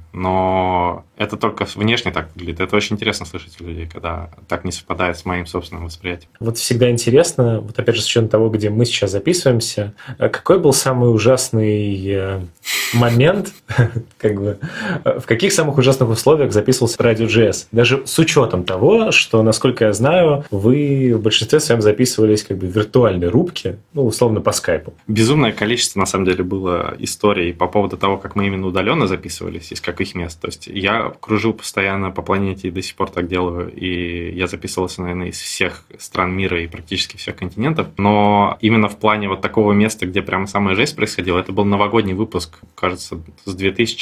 Но это только внешне так выглядит. Это очень интересно слышать у людей, когда так не совпадает с моим собственным восприятием. Вот всегда интересно, вот опять же, с учетом того, где мы сейчас записываемся, какой был самый ужасный момент, как бы, в каких самых ужасных условиях записывался Radio.js? Даже с учетом того, что, насколько я знаю, вы в большинстве своем записывались как бы в виртуальной рубке, ну, условно, по скайпу. Безумное количество, на самом деле, было историй по поводу того, как мы именно удаленно записывались, из каких мест. То есть я кружил постоянно по планете и до сих пор так делаю, и я записывался, наверное, из всех стран мира и практически всех континентов, но именно в плане вот такого места, где прямо самая жесть происходила, это был новогодний выпуск, кажется, с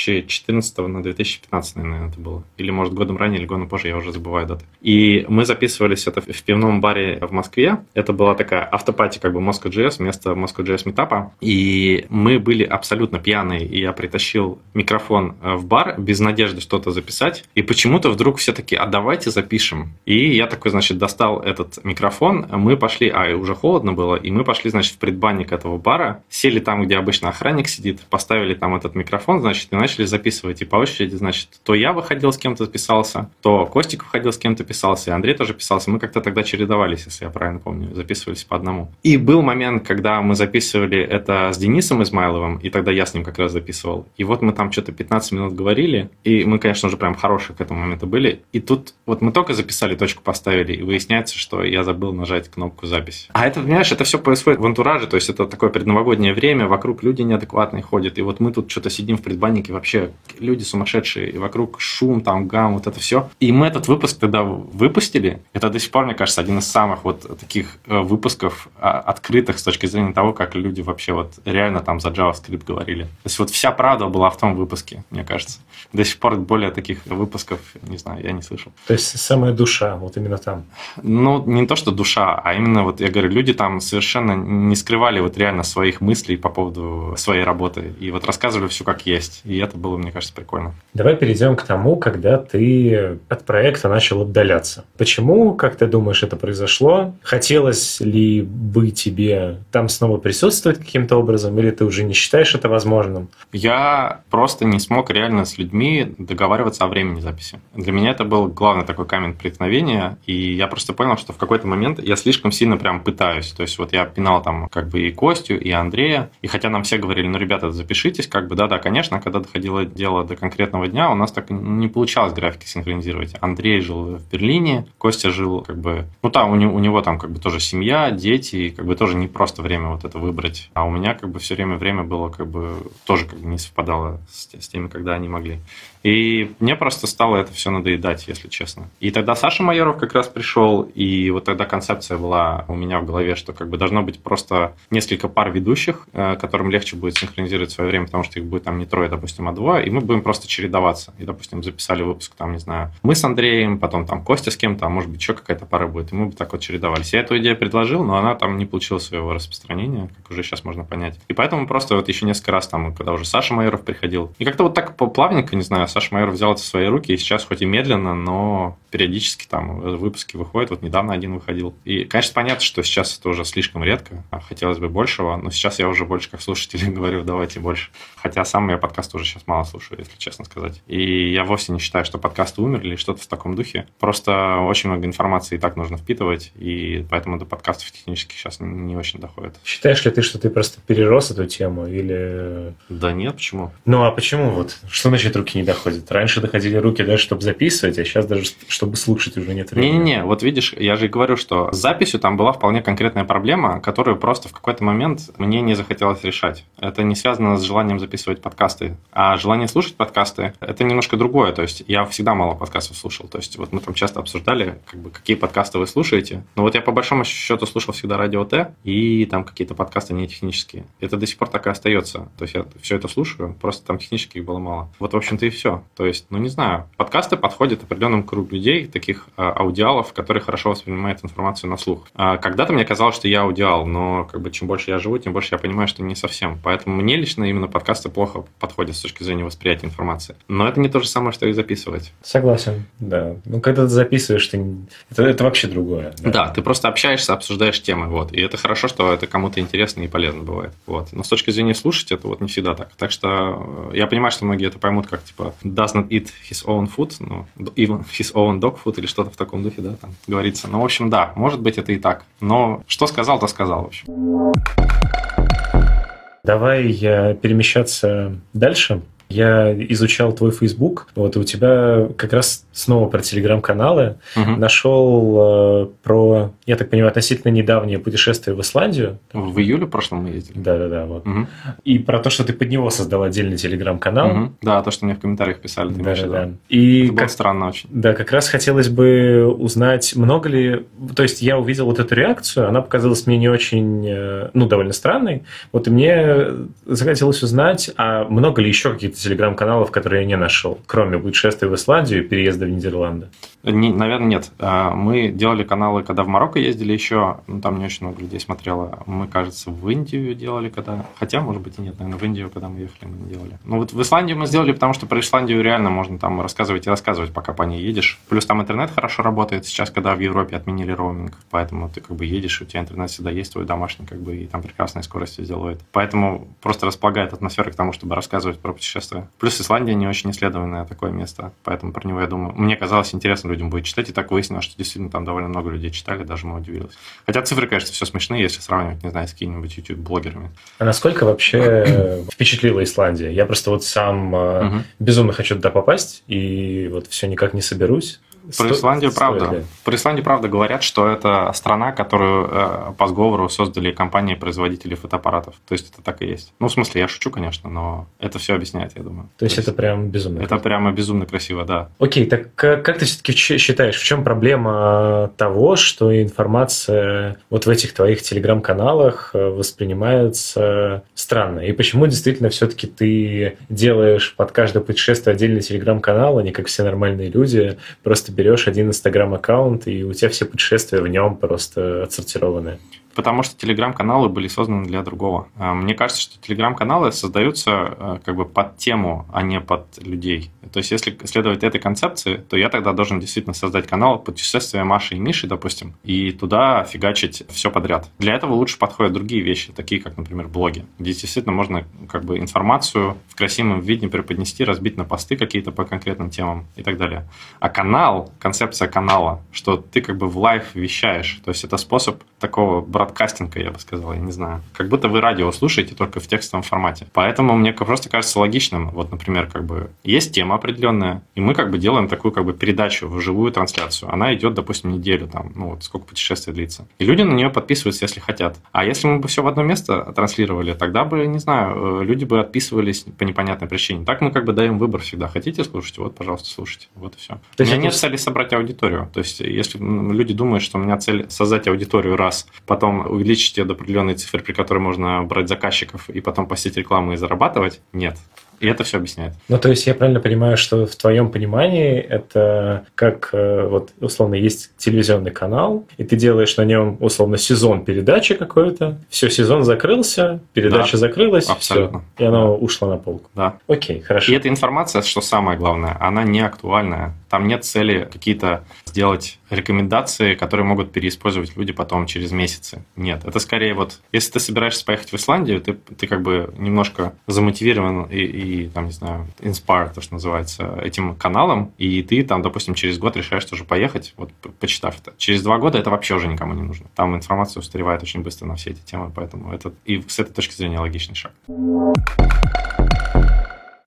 2014 на 2015, наверное, это было. Или, может, годом ранее, или годом позже, я уже забываю даты. И мы записывались это в пивном баре в Москве. Это была такая автопати, как бы Moscow.js, вместо Moscow.js метапа. И мы были абсолютно пьяные, и я притащил микрофон в бар без надежды что-то записать. И почему-то вдруг все таки а давайте запишем. И я такой, значит, достал этот микрофон. Мы пошли, уже холодно было, и мы пошли, значит, в предбанник этого бара, сели там, где обычно охранник сидит, поставили там этот микрофон, значит, и начали записывать. И по очереди, значит, то я выходил с кем-то писался, то Костик выходил с кем-то писался, и Андрей тоже писался. Мы как-то тогда чередовались, если я правильно помню, записывались по одному. И был момент, когда мы записывали это с Денисом Измайловым, и тогда я с ним как раз записывал. И вот мы там что-то 15 минут говорили, и мы, конечно, уже прям хорошие к этому моменту были. И тут вот мы только записали, точку поставили, и выясняется, что я забыл нажать кнопку запись. А это, понимаешь, это все происходит в антураже, то есть это такое предновогоднее время, вокруг люди неадекватные ходят, и вот мы тут что-то сидим в предбаннике, вообще люди сумасшедшие, и вокруг шум, там, гам, вот это все. И мы этот выпуск тогда выпустили. Это до сих пор, мне кажется, один из самых вот таких выпусков открытых с точки зрения того, как люди вообще вот реально там за JavaScript говорили. То есть вот вся правда была в том выпуске, мне кажется. До сих пор более таких выпусков, не знаю, я не слышал. То есть самая душа вот именно там? Ну, не то, что душа, а именно вот, я говорю, люди там совершенно не скрывали вот реально своих мыслей по поводу своей работы. И вот рассказывали все как есть. И это было, мне кажется, прикольно. Давай перейдем к тому, когда ты от проекта начал отдаляться. Почему, как ты думаешь, это произошло? Хотелось ли бы тебе там снова присутствовать каким-то образом, или ты уже не считаешь это возможным? Я просто не смог реально с людьми договариваться о времени записи. Для меня это был главный такой камень преткновения, и я просто понял, что в какой-то момент я слишком сильно прям пытаюсь. То есть вот я пинал там как бы и Костю, и Андрея, и хотя нам все говорили, ну, ребята, запишитесь, как бы, да, конечно, когда доходило дело до конкретного дня, у нас так не получалось графики синхронизировать. Андрей жил в Берлине, Костя жил как бы, ну, там у него там как бы тоже семья, дети, и как бы тоже не просто время вот это выбрать, а у меня как бы все время было как бы тоже как бы не совпадало с теми, когда они могли. И мне просто стало это все надоедать, если честно. И тогда Саша Майоров как раз пришел, и вот тогда концепция была у меня в голове, что как бы должно быть просто несколько пар ведущих, которым легче будет синхронизировать свое время, потому что их будет там не трое, допустим, а двое, и мы будем просто чередоваться. И, допустим, записали выпуск, там, не знаю, мы с Андреем, потом там Костя с кем-то, а может быть, еще какая-то пара будет, и мы бы так вот чередовались. Я эту идею предложил, но она там не получила своего распространения, как уже сейчас можно понять. И поэтому просто вот еще несколько раз там, когда уже Саша Майоров приходил, и как-то вот так плавненько, не знаю, Саша Майоров взял это в свои руки, и сейчас хоть и медленно, но периодически там выпуски выходят. Вот недавно один выходил. И, конечно, понятно, что сейчас это уже слишком редко, хотелось бы большего, но сейчас я уже больше как слушатель говорю, давайте больше. Хотя сам я подкаст уже сейчас мало слушаю, если честно сказать. И я вовсе не считаю, что подкасты умерли или что-то в таком духе. Просто очень много информации и так нужно впитывать, и поэтому до подкастов технически сейчас не очень доходит. Считаешь ли ты, что ты просто перерос эту тему, или... Да нет, почему? Ну, а почему вот? Что значит руки не доходят? Раньше доходили руки даже, чтобы записывать, а сейчас даже, чтобы слушать уже нет времени. Не-не-не, вот видишь, я же и говорю, что с записью там была вполне конкретная проблема, которую просто в какой-то момент мне не захотелось решать. Это не связано с желанием записывать подкасты, а желание слушать подкасты – это немножко другое. То есть я всегда мало подкастов слушал. То есть вот мы там часто обсуждали, как бы, какие подкасты вы слушаете. Но вот я по большому счету слушал всегда Радио Т и там какие-то подкасты не технические. Это до сих пор так и остается. То есть я все это слушаю, просто там технических было мало. Вот, в общем-то, и все. То есть, ну, не знаю. Подкасты подходят определенному кругу людей, таких аудиалов, которые хорошо воспринимают информацию на слух. Когда-то мне казалось, что я аудиал, но как бы чем больше я живу, тем больше я понимаю, что не совсем. Поэтому мне лично именно подкасты плохо подходят с точки зрения восприятия информации. Но это не то же самое, что и записывать. Согласен, да. Ну, когда ты записываешь, это вообще другое. Да, ты просто общаешься, обсуждаешь темы, вот. И это хорошо, что это кому-то интересно и полезно бывает. Вот. Но с точки зрения слушать, это вот не всегда так. Так что я понимаю, что многие это поймут как, типа, does not eat his own food, ну, even his own dog food или что-то в таком духе, да, там говорится. Ну, в общем, да, может быть, это и так. Но что сказал, то сказал, в общем. Давай перемещаться дальше. Я изучал твой Facebook, вот, и у тебя как раз снова про телеграм-каналы. Нашел про, я так понимаю, относительно недавнее путешествие в Исландию. В июле прошлом мы ездили. Да, вот. И про то, что ты под него создал отдельный телеграм-канал. Да, то, что мне в комментариях писали. Да. И это было странно очень. Да, как раз хотелось бы узнать, много ли... То есть я увидел вот эту реакцию, она показалась мне не очень, довольно странной. Вот и мне захотелось узнать, а много ли еще каких-то телеграм-каналов, которые я не нашел, кроме путешествия в Исландию и переезда в Нидерланды? Наверное, нет. Мы делали каналы, когда в Марокко ездили еще, там не очень много людей смотрело. Мы, кажется, в Индию делали, когда... Хотя, может быть, и нет, наверное, в Индию, когда мы ехали, мы не делали. Ну вот в Исландию мы сделали, потому что про Исландию реально можно там рассказывать и рассказывать, пока по ней едешь. Плюс там интернет хорошо работает сейчас, когда в Европе отменили роуминг. Поэтому ты как бы едешь, у тебя интернет всегда есть, твой домашний, как бы, и там прекрасная скорость везде ловит. Поэтому просто располагает атмосфера к тому, чтобы рассказывать про путешествия. Плюс Исландия не очень исследованное такое место, поэтому про него, я думаю, мне казалось, интересно людям будет читать, и так выяснилось, что действительно там довольно много людей читали, даже мы удивились. Хотя цифры, конечно, все смешные, если сравнивать, не знаю, с какими-нибудь YouTube-блогерами. А насколько вообще впечатлила Исландия? Я просто вот сам безумно хочу туда попасть, и вот все никак не соберусь. Про Исландию правда. Про Исландию правда говорят, что это страна, которую по сговору создали компании-производители фотоаппаратов. То есть это так и есть. Ну, в смысле, я шучу, конечно, но это все объясняет, я думаю. То есть это прям безумно. Это прямо безумно красиво, да. Окей, так как ты все-таки считаешь, в чем проблема того, что информация вот в этих твоих телеграм-каналах воспринимается странно? И почему действительно все-таки ты делаешь под каждое путешествие отдельный телеграм-канал, а не как все нормальные люди, просто берешь один инстаграм-аккаунт, и у тебя все путешествия в нем просто отсортированы? Потому что телеграм-каналы были созданы для другого. Мне кажется, что телеграм-каналы создаются как бы под тему, а не под людей. То есть, если следовать этой концепции, то я тогда должен действительно создать канал «Путешествия Маши и Миши», допустим, и туда фигачить все подряд. Для этого лучше подходят другие вещи, такие как, например, блоги, где действительно можно как бы информацию в красивом виде преподнести, разбить на посты какие-то по конкретным темам и так далее. А канал, концепция канала, что ты как бы в лайв вещаешь, то есть это способ такого бродкастинга, я бы сказал, я не знаю. Как будто вы радио слушаете только в текстовом формате. Поэтому мне просто кажется логичным, вот, например, как бы есть тема определенная, и мы как бы делаем такую как бы передачу в живую трансляцию. Она идет, допустим, неделю, там, ну вот сколько путешествие длится. И люди на нее подписываются, если хотят. А если мы бы все в одно место транслировали, тогда бы, не знаю, люди бы отписывались по непонятной причине. Так мы как бы даем выбор всегда. Хотите слушать? Вот, пожалуйста, слушайте. Вот и все. У меня нет цели собрать аудиторию. То есть, если люди думают, что у меня цель создать аудиторию раз, потом увеличить ее до определенной цифры, при которой можно брать заказчиков и потом постить рекламу и зарабатывать, нет. И это все объясняет. Ну, то есть я правильно понимаю, что в твоем понимании это как, вот, условно, есть телевизионный канал, и ты делаешь на нем, условно, сезон передачи какой-то, все, сезон закрылся, передача закрылась, абсолютно. Все, и оно ушло на полку. Да. Окей, хорошо. И эта информация, что самое главное, она не актуальная. Там нет цели какие-то сделать рекомендации, которые могут переиспользовать люди потом через месяцы. Нет, это скорее вот, если ты собираешься поехать в Исландию, ты как бы немножко замотивирован и там, не знаю, inspired, то, что называется, этим каналом, и ты там, допустим, через год решаешь тоже поехать, вот почитав это. Через 2 года это вообще уже никому не нужно. Там информация устаревает очень быстро на все эти темы, поэтому это и с этой точки зрения логичный шаг.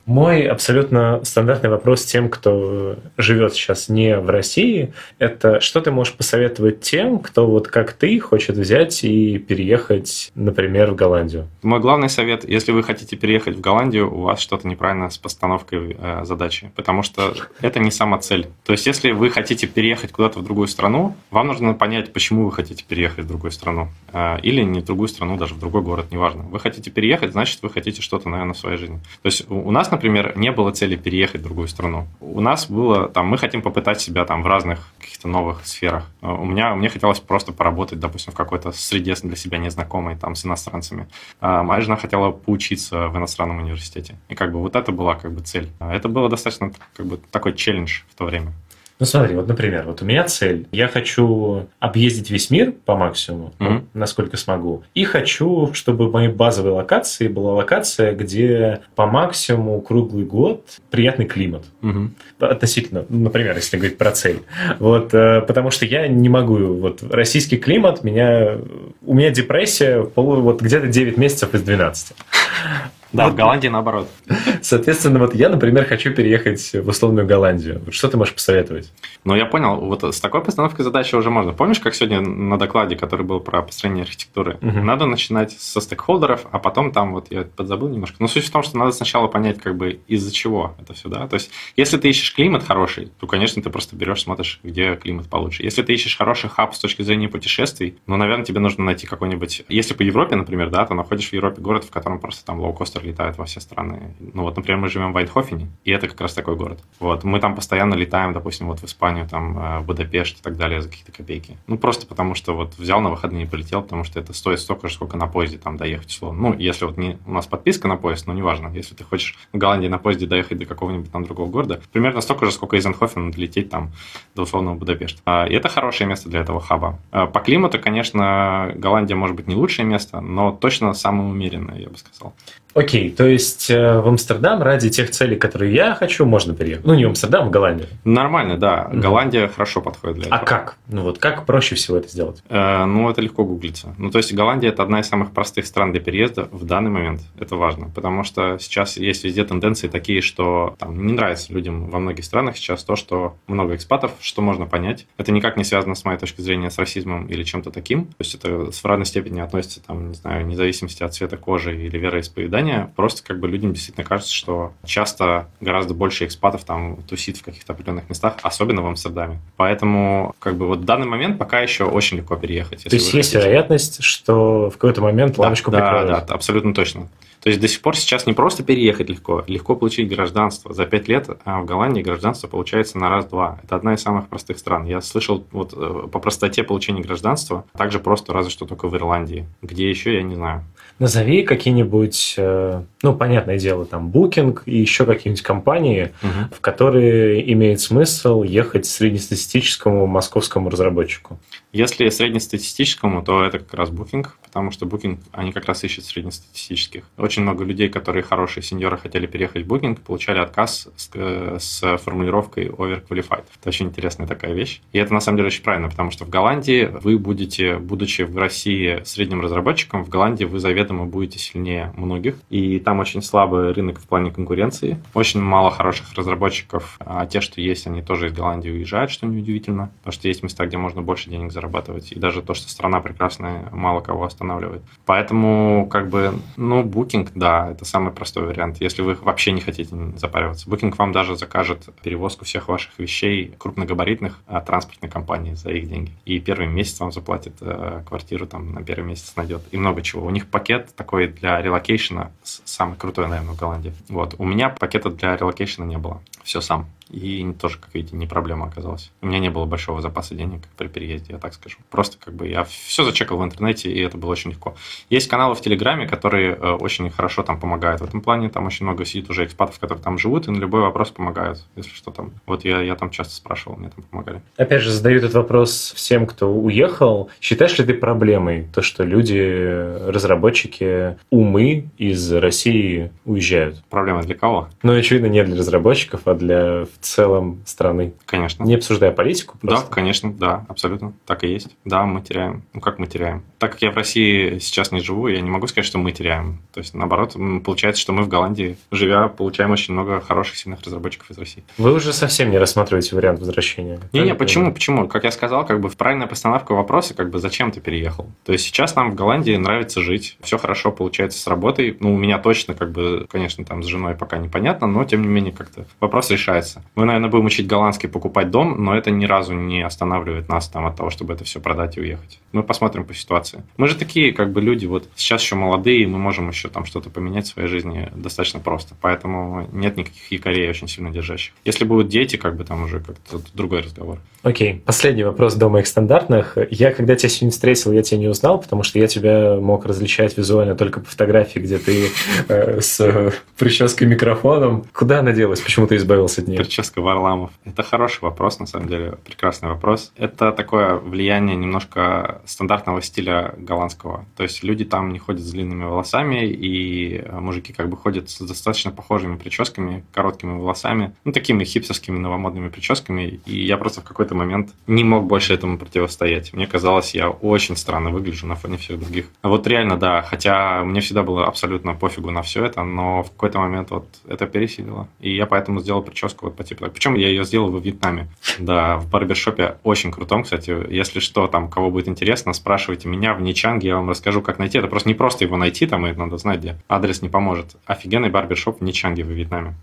Мой абсолютно стандартный вопрос тем, кто живет сейчас не в России, это что ты можешь посоветовать тем, кто вот как ты хочет взять и переехать, например, в Голландию? Мой главный совет, если вы хотите переехать в Голландию, у вас что-то неправильно с постановкой задачи, потому что это не сама цель. То есть, если вы хотите переехать куда-то в другую страну, вам нужно понять, почему вы хотите переехать в другую страну. Или не в другую страну, даже в другой город, неважно. Вы хотите переехать, значит, вы хотите что-то, наверное, в своей жизни. То есть, у нас, например, не было цели переехать в другую страну. У нас было, там, мы хотим попытать себя там в разных каких-то новых сферах. Мне хотелось просто поработать, допустим, в какой-то среде для себя незнакомой, там, с иностранцами. Моя жена хотела поучиться в иностранном университете. И как бы вот это была как бы цель. Это было достаточно как бы такой челлендж в то время. Ну смотри, вот, например, вот у меня цель. Я хочу объездить весь мир по максимуму, насколько смогу. И хочу, чтобы в моей базовой локации была локация, где по максимуму круглый год приятный климат. Относительно, например, если говорить про цель. Вот, потому что я не могу. Вот российский климат, у меня депрессия вот где-то 9 месяцев из 12. Да, в Голландии наоборот. Соответственно, вот я, например, хочу переехать в условную Голландию. Что ты можешь посоветовать? Ну, я понял, вот с такой постановкой задачи уже можно. Помнишь, как сегодня на докладе, который был про построение архитектуры? Надо начинать со стейкхолдеров, а потом там, вот я подзабыл немножко. Но суть в том, что надо сначала понять, как бы из-за чего это все, да? То есть, если ты ищешь климат хороший, то, конечно, ты просто берешь, смотришь, где климат получше. Если ты ищешь хороший хаб с точки зрения путешествий, ну, наверное, тебе нужно найти какой-нибудь... Если по Европе, например, да, то находишь в Европе город, в котором просто там лоукостер летает во все страны. Ну, вот, например, мы живем в Айнхофене, и это как раз такой город. Вот, мы там постоянно летаем, допустим, вот в Испанию, там, в Будапешт и так далее за какие-то копейки. Ну, просто потому что вот взял на выходные и полетел, потому что это стоит столько же, сколько на поезде там доехать, условно. Ну, если вот не у нас подписка на поезд, но неважно, если ты хочешь в Голландии на поезде доехать до какого-нибудь там другого города, примерно столько же, сколько из Айнхофена долететь там до условного Будапешта. И это хорошее место для этого хаба. По климату, конечно, Голландия может быть не лучшее место, но точно самое умеренное, я бы сказал. Окей, то есть в Амстердам ради тех целей, которые я хочу, можно переехать. Ну, не в Амстердам, а в Голландию. Нормально, да. Голландия хорошо подходит для этого. А как? Ну, вот как проще всего это сделать? Ну, это легко гуглится. Ну, то есть Голландия – это одна из самых простых стран для переезда в данный момент. Это важно, потому что сейчас есть везде тенденции такие, что там не нравится людям во многих странах сейчас то, что много экспатов, что можно понять. Это никак не связано, с моей точки зрения, с расизмом или чем-то таким. То есть это в равной степени относится, там, не знаю, вне зависимости от цвета кожи или вероисповедания. Просто как бы людям действительно кажется, что часто гораздо больше экспатов там тусит в каких-то определенных местах, особенно в Амстердаме. Поэтому как бы вот в данный момент пока еще очень легко переехать. То есть есть вероятность, что в какой-то момент лавочку прикроют? Да, абсолютно точно. То есть до сих пор сейчас не просто переехать легко получить гражданство. За 5 лет в Голландии гражданство получается на раз-два. Это одна из самых простых стран. Я слышал вот по простоте получения гражданства также просто разве что только в Ирландии. Где еще, я не знаю. Назови какие-нибудь, ну, понятное дело, там, Booking и еще какие-нибудь компании, в которые имеет смысл ехать среднестатистическому московскому разработчику. Если среднестатистическому, то это как раз Booking, потому что Booking, они как раз ищут среднестатистических. Очень много людей, которые хорошие сеньоры, хотели переехать в Booking, получали отказ с формулировкой overqualified. Это очень интересная такая вещь. И это на самом деле очень правильно, потому что в Голландии вы будете, будучи в России средним разработчиком, в Голландии вы заведомо будете сильнее многих. И там очень слабый рынок в плане конкуренции. Очень мало хороших разработчиков, а те, что есть, они тоже из Голландии уезжают, что неудивительно, потому что есть места, где можно больше денег зарабатывать. И даже то, что страна прекрасная, мало кого останавливает. Поэтому, как бы, ну, Booking, да, это самый простой вариант, если вы вообще не хотите запариваться. Booking вам даже закажет перевозку всех ваших вещей крупногабаритных транспортной компании за их деньги. И первый месяц вам заплатит квартиру, там, на первый месяц найдет. И много чего. У них пакет такой для релокейшена самый крутой, наверное, в Голландии. Вот. У меня пакета для релокейшена не было. Все сам. И тоже, как видите, не проблема оказалась. У меня не было большого запаса денег при переезде, я так скажу. Просто как бы я все зачекал в интернете, и это было очень легко. Есть каналы в Телеграме, которые очень хорошо там помогают в этом плане. Там очень много сидит уже экспатов, которые там живут, и на любой вопрос помогают, если что там. Вот я там часто спрашивал, мне там помогали. Опять же, задаю этот вопрос всем, кто уехал. Считаешь ли ты проблемой то, что люди, разработчики, умы из России уезжают? Проблема для кого? Ну, очевидно, не для разработчиков, а для в целом страны. Конечно. Не обсуждая политику просто. Да, конечно, да, абсолютно. Так и есть. Да, мы теряем. Ну, как мы теряем? Так как я в России сейчас не живу, я не могу сказать, что мы теряем. То есть, наоборот, получается, что мы в Голландии, живя, получаем очень много хороших, сильных разработчиков из России. Вы уже совсем не рассматриваете вариант возвращения? Не, почему? Почему? Как я сказал, как бы правильная постановка вопроса, как бы зачем ты переехал? То есть, сейчас нам в Голландии нравится жить, все хорошо получается с работой. Ну, у меня точно, как бы, конечно, там с женой пока непонятно, но, тем не менее, как-то вопрос решается. Мы, наверное, будем учить голландский, покупать дом, но это ни разу не останавливает нас там от того, чтобы это все продать и уехать. Мы посмотрим по ситуации. Мы же такие, как бы, люди, вот сейчас еще молодые, мы можем еще там что-то поменять в своей жизни достаточно просто. Поэтому нет никаких якорей очень сильно держащих. Если будут дети, как бы там уже как-то другой разговор. Окей. Последний вопрос до моих стандартных. Я, когда тебя сегодня встретил, я тебя не узнал, потому что я тебя мог различать визуально только по фотографии, где ты с прической микрофоном. Куда она делась? Почему ты избавился от нее? Прическа Варламов. Это хороший вопрос, на самом деле. Прекрасный вопрос. Это такое влияние немножко стандартного стиля голландского. То есть люди там не ходят с длинными волосами, и мужики как бы ходят с достаточно похожими прическами, короткими волосами, ну, такими хипстерскими новомодными прическами. И я просто в какой-то момент не мог больше этому противостоять. Мне казалось, я очень странно выгляжу на фоне всех других. Вот реально, да. Хотя мне всегда было абсолютно пофигу на все это, но в какой-то момент вот это пересилило. И я поэтому сделал прическу вот по типу. Причем я ее сделал во Вьетнаме. Да, в барбершопе очень крутом, кстати. Если что, там, кого будет интересно, спрашивайте меня в Ничанге, я вам расскажу, как найти. Это просто не просто его найти, там, и надо знать, где. Адрес не поможет. Офигенный барбершоп в Ничанге во Вьетнаме.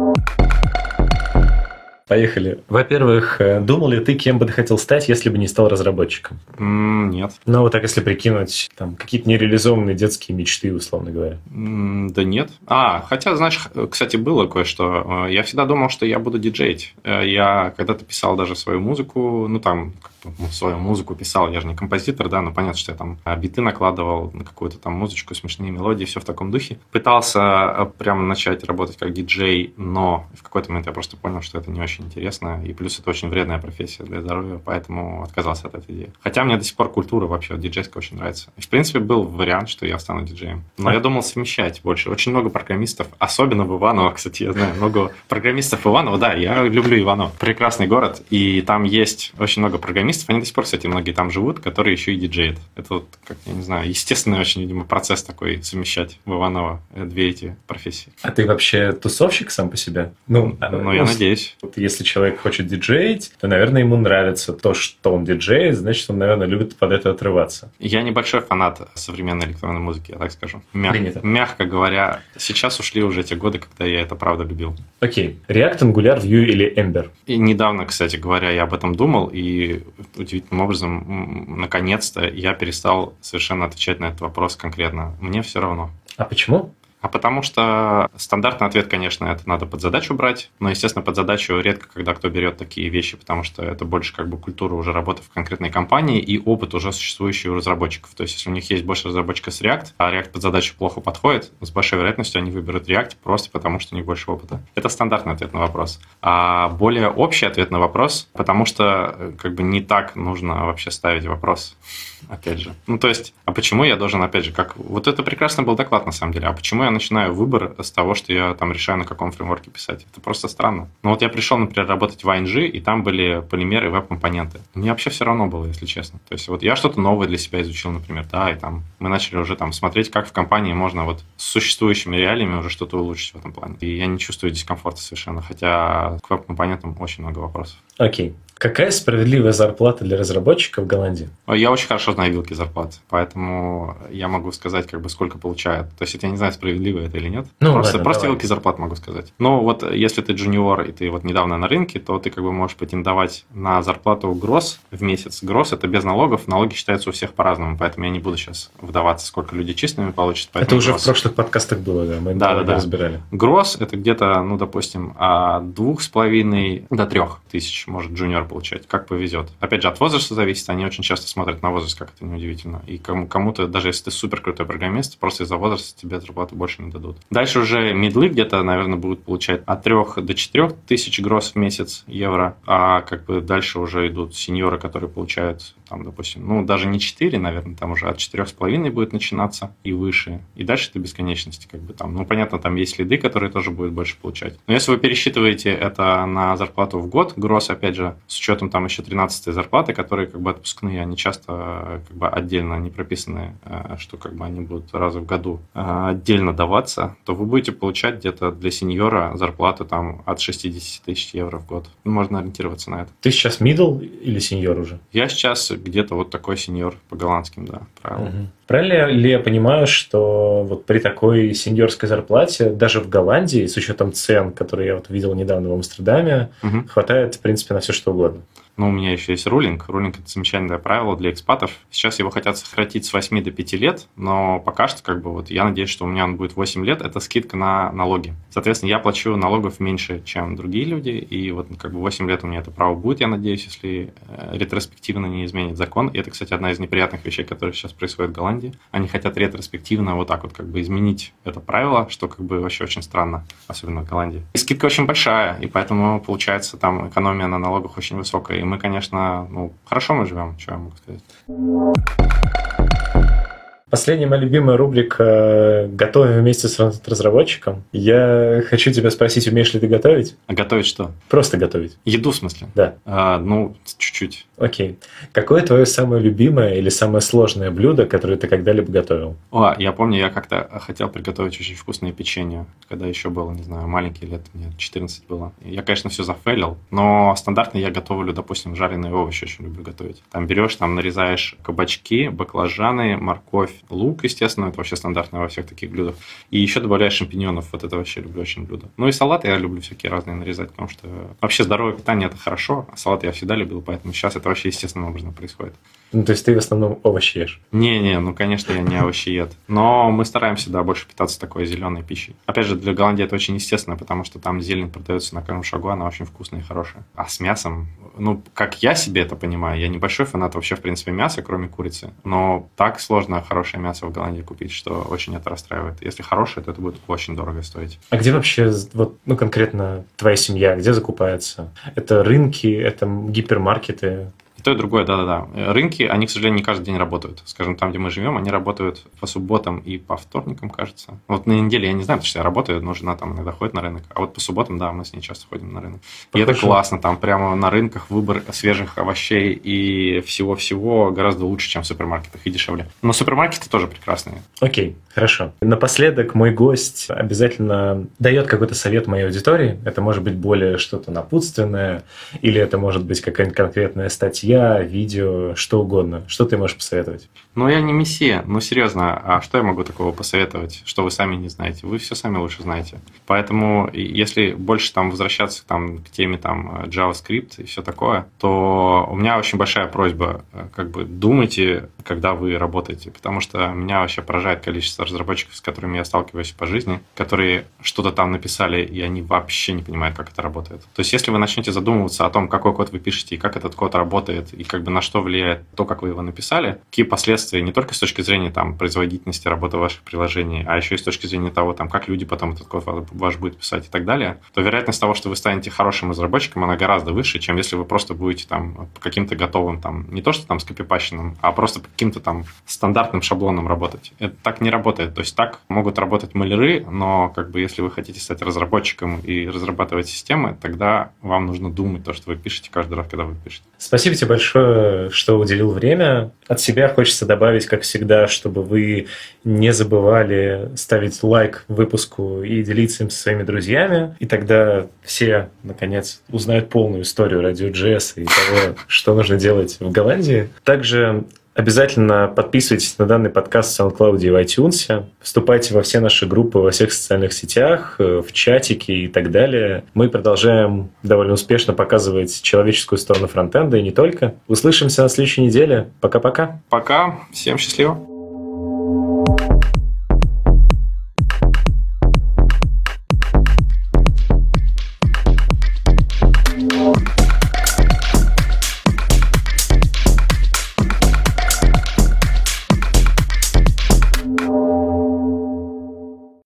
Поехали. Во-первых, думал ли ты, кем бы ты хотел стать, если бы не стал разработчиком? Нет. Ну, вот так, если прикинуть, там, какие-то нереализованные детские мечты, условно говоря. Да нет. Хотя, знаешь, кстати, было кое-что. Я всегда думал, что я буду диджеить. Я когда-то писал даже свою музыку, ну, там, свою музыку писал, я же не композитор, да, но понятно, что я там биты накладывал на какую-то там музычку, смешные мелодии, все в таком духе. Пытался прямо начать работать как диджей, но в какой-то момент я просто понял, что это не очень интересно, и плюс это очень вредная профессия для здоровья, поэтому отказался от этой идеи. Хотя мне до сих пор культура вообще диджейская очень нравится. И, в принципе, был вариант, что я стану диджеем. Но я думал совмещать больше. Очень много программистов, особенно в Иваново, кстати, я знаю много программистов в Иваново. Да, я люблю Иваново. Прекрасный город, и там есть очень много программистов. Они до сих пор, кстати, многие там живут, которые еще и диджеют. Это вот, как, я не знаю, естественный очень, видимо, процесс такой совмещать в Иваново две эти профессии. А ты вообще тусовщик сам по себе? Ну, я надеюсь. Если человек хочет диджеить, то, наверное, ему нравится то, что он диджеет, значит, он, наверное, любит под это отрываться. Я небольшой фанат современной электронной музыки, я так скажу. Мягко говоря, сейчас ушли уже те годы, когда я это правда любил. Окей. React, Angular, Vue или Ember? И недавно, кстати говоря, я об этом думал, и удивительным образом, наконец-то, я перестал совершенно отвечать на этот вопрос конкретно. Мне все равно. А почему? А потому что стандартный ответ, конечно, это надо под задачу брать, но, естественно, под задачу редко, когда кто берет такие вещи, потому что это больше как бы культура уже работы в конкретной компании и опыт уже существующий у разработчиков. То есть, если у них есть больше разработчиков с React, а React под задачу плохо подходит, с большой вероятностью они выберут React просто потому, что у них больше опыта. Это стандартный ответ на вопрос. А более общий ответ на вопрос, потому что как бы не так нужно вообще ставить вопрос. Опять же. Ну, то есть, а почему я должен, опять же, как... Вот это прекрасный был доклад, на самом деле. А почему я начинаю выбор с того, что я там решаю, на каком фреймворке писать? Это просто странно. Ну, вот я пришел, например, работать в ING, и там были полимеры и веб-компоненты. Мне вообще все равно было, если честно. То есть, вот я что-то новое для себя изучил, например, да, и там мы начали уже там смотреть, как в компании можно вот с существующими реалиями уже что-то улучшить в этом плане. И я не чувствую дискомфорта совершенно, хотя к веб-компонентам очень много вопросов. Окей. Какая справедливая зарплата для разработчика в Голландии? Я очень хорошо знаю вилки зарплат, поэтому я могу сказать, как бы, сколько получают. То есть, я не знаю, справедливо это или нет. Ну, просто давай. вилки зарплат могу сказать. Но вот если ты джуниор и ты вот недавно на рынке, то ты как бы можешь претендовать на зарплату гросс в месяц. Гросс – это без налогов. Налоги считаются у всех по-разному, поэтому я не буду сейчас вдаваться, сколько люди чистыми получат. Это уже в прошлых подкастах было, да? Мы это разбирали. Гросс – это где-то, ну, допустим, от 2,5 до 3 тысяч может джуниор получать, как повезет. Опять же, от возраста зависит, они очень часто смотрят на возраст, как это неудивительно. И кому-то, даже если ты супер крутой программист, просто из-за возраста тебе зарплату больше не дадут. Дальше уже мидлы где-то, наверное, будут получать от 3 до 4 тысяч гроз в месяц евро, а как бы дальше уже идут сеньоры, которые получают, там, допустим, даже не 4, наверное, там уже от 4,5 будет начинаться и выше. И дальше до бесконечности, как бы там. Понятно, там есть лиды, которые тоже будут больше получать. Но если вы пересчитываете это на зарплату в год, гроз, опять же, с учетом там еще 13-й зарплаты, которые как бы отпускные, они часто как бы отдельно не прописаны, что как бы они будут раз в году отдельно даваться, то вы будете получать где-то для сеньора зарплату там от 60 тысяч евро в год. Можно ориентироваться на это. Ты сейчас middle или сеньор уже? Я сейчас где-то вот такой сеньор по голландским, да, правилам. Угу. Правильно ли я понимаю, что вот при такой сеньорской зарплате даже в Голландии, с учетом цен, которые я вот видел недавно в Амстердаме, хватает, в принципе, на все что угодно? У меня еще есть рулинг. Рулинг – это замечательное правило для экспатов. Сейчас его хотят сократить с 8 до 5 лет, но пока что, как бы, вот я надеюсь, что у меня он будет 8 лет. Это скидка на налоги. Соответственно, я плачу налогов меньше, чем другие люди, и вот как бы 8 лет у меня это право будет, я надеюсь, если ретроспективно не изменит закон. И это, кстати, одна из неприятных вещей, которые сейчас происходят в Голландии. Они хотят ретроспективно вот так вот как бы изменить это правило, что как бы вообще очень странно, особенно в Голландии. И скидка очень большая, и поэтому получается там экономия на налогах очень высокая. И мы, конечно, хорошо мы живем, что я могу сказать. Последняя моя любимая рубрика «Готовим вместе с разработчиком». Я хочу тебя спросить, умеешь ли ты готовить? А готовить что? Просто готовить. Еду, в смысле? Да. Чуть-чуть. Окей. Какое твое самое любимое или самое сложное блюдо, которое ты когда-либо готовил? Я помню, я как-то хотел приготовить очень вкусное печенье, когда еще было, не знаю, маленький, лет мне 14 было. Я, конечно, все зафейлил, но стандартно я готовлю, допустим, жареные овощи очень люблю готовить. Там берешь, нарезаешь кабачки, баклажаны, морковь, лук, естественно, это вообще стандартно во всех таких блюдах. И еще добавляешь шампиньонов, вот это вообще люблю очень блюдо. И салаты я люблю всякие разные нарезать, потому что вообще здоровое питание – это хорошо, а салаты я всегда любил, поэтому сейчас это вообще естественным образом происходит. То есть ты в основном овощи ешь? Не, конечно, я не овощеед. Но мы стараемся, да, больше питаться такой зеленой пищей. Опять же, для Голландии это очень естественно, потому что там зелень продается на каждом шагу, она очень вкусная и хорошая. А с мясом, как я себе это понимаю, я небольшой фанат вообще, в принципе, мяса, кроме курицы. Но так сложно хорошее мясо в Голландии купить, что очень это расстраивает. Если хорошее, то это будет очень дорого стоить. А где вообще, конкретно твоя семья, где закупается? Это рынки, это гипермаркеты? И то, и другое, да-да-да. Рынки, они, к сожалению, не каждый день работают. Скажем, там, где мы живем, они работают по субботам и по вторникам, кажется. Вот на неделе я не знаю, потому что я работаю, но жена там иногда ходит на рынок. А вот по субботам, да, мы с ней часто ходим на рынок. И это классно, там прямо на рынках выбор свежих овощей и всего-всего гораздо лучше, чем в супермаркетах, и дешевле. Но супермаркеты тоже прекрасные. Окей, хорошо. Напоследок мой гость обязательно дает какой-то совет моей аудитории. Это может быть более что-то напутственное, или это может быть какая-нибудь конкретная статья, видео, что угодно. Что ты можешь посоветовать? Я не мессия, серьезно, а что я могу такого посоветовать, что вы сами не знаете? Вы все сами лучше знаете. Поэтому, если больше возвращаться к теме JavaScript и все такое, то у меня очень большая просьба, думайте, когда вы работаете, потому что меня вообще поражает количество разработчиков, с которыми я сталкиваюсь по жизни, которые что-то там написали, и они вообще не понимают, как это работает. То есть, если вы начнете задумываться о том, какой код вы пишете и как этот код работает, и на что влияет то, как вы его написали, какие последствия не только с точки зрения производительности работы ваших приложений, а еще и с точки зрения того, как люди потом этот код ваш будет писать и так далее, то вероятность того, что вы станете хорошим разработчиком, она гораздо выше, чем если вы просто будете по каким-то готовым, не то что скопипащенным, а просто по каким-то стандартным шаблонам работать. Это так не работает. То есть так могут работать маляры, но если вы хотите стать разработчиком и разрабатывать системы, тогда вам нужно думать то, что вы пишете каждый раз, когда вы пишете. Спасибо тебе большое, что уделил время. От себя хочется добавить, как всегда, чтобы вы не забывали ставить лайк выпуску и делиться им со своими друзьями. И тогда все, наконец, узнают полную историю Радио.js и того, что нужно делать в Голландии. Также обязательно подписывайтесь на данный подкаст в SoundCloud и в iTunes. Вступайте во все наши группы, во всех социальных сетях, в чатики и так далее. Мы продолжаем довольно успешно показывать человеческую сторону фронтенда и не только. Услышимся на следующей неделе. Пока-пока. Пока. Всем счастливо.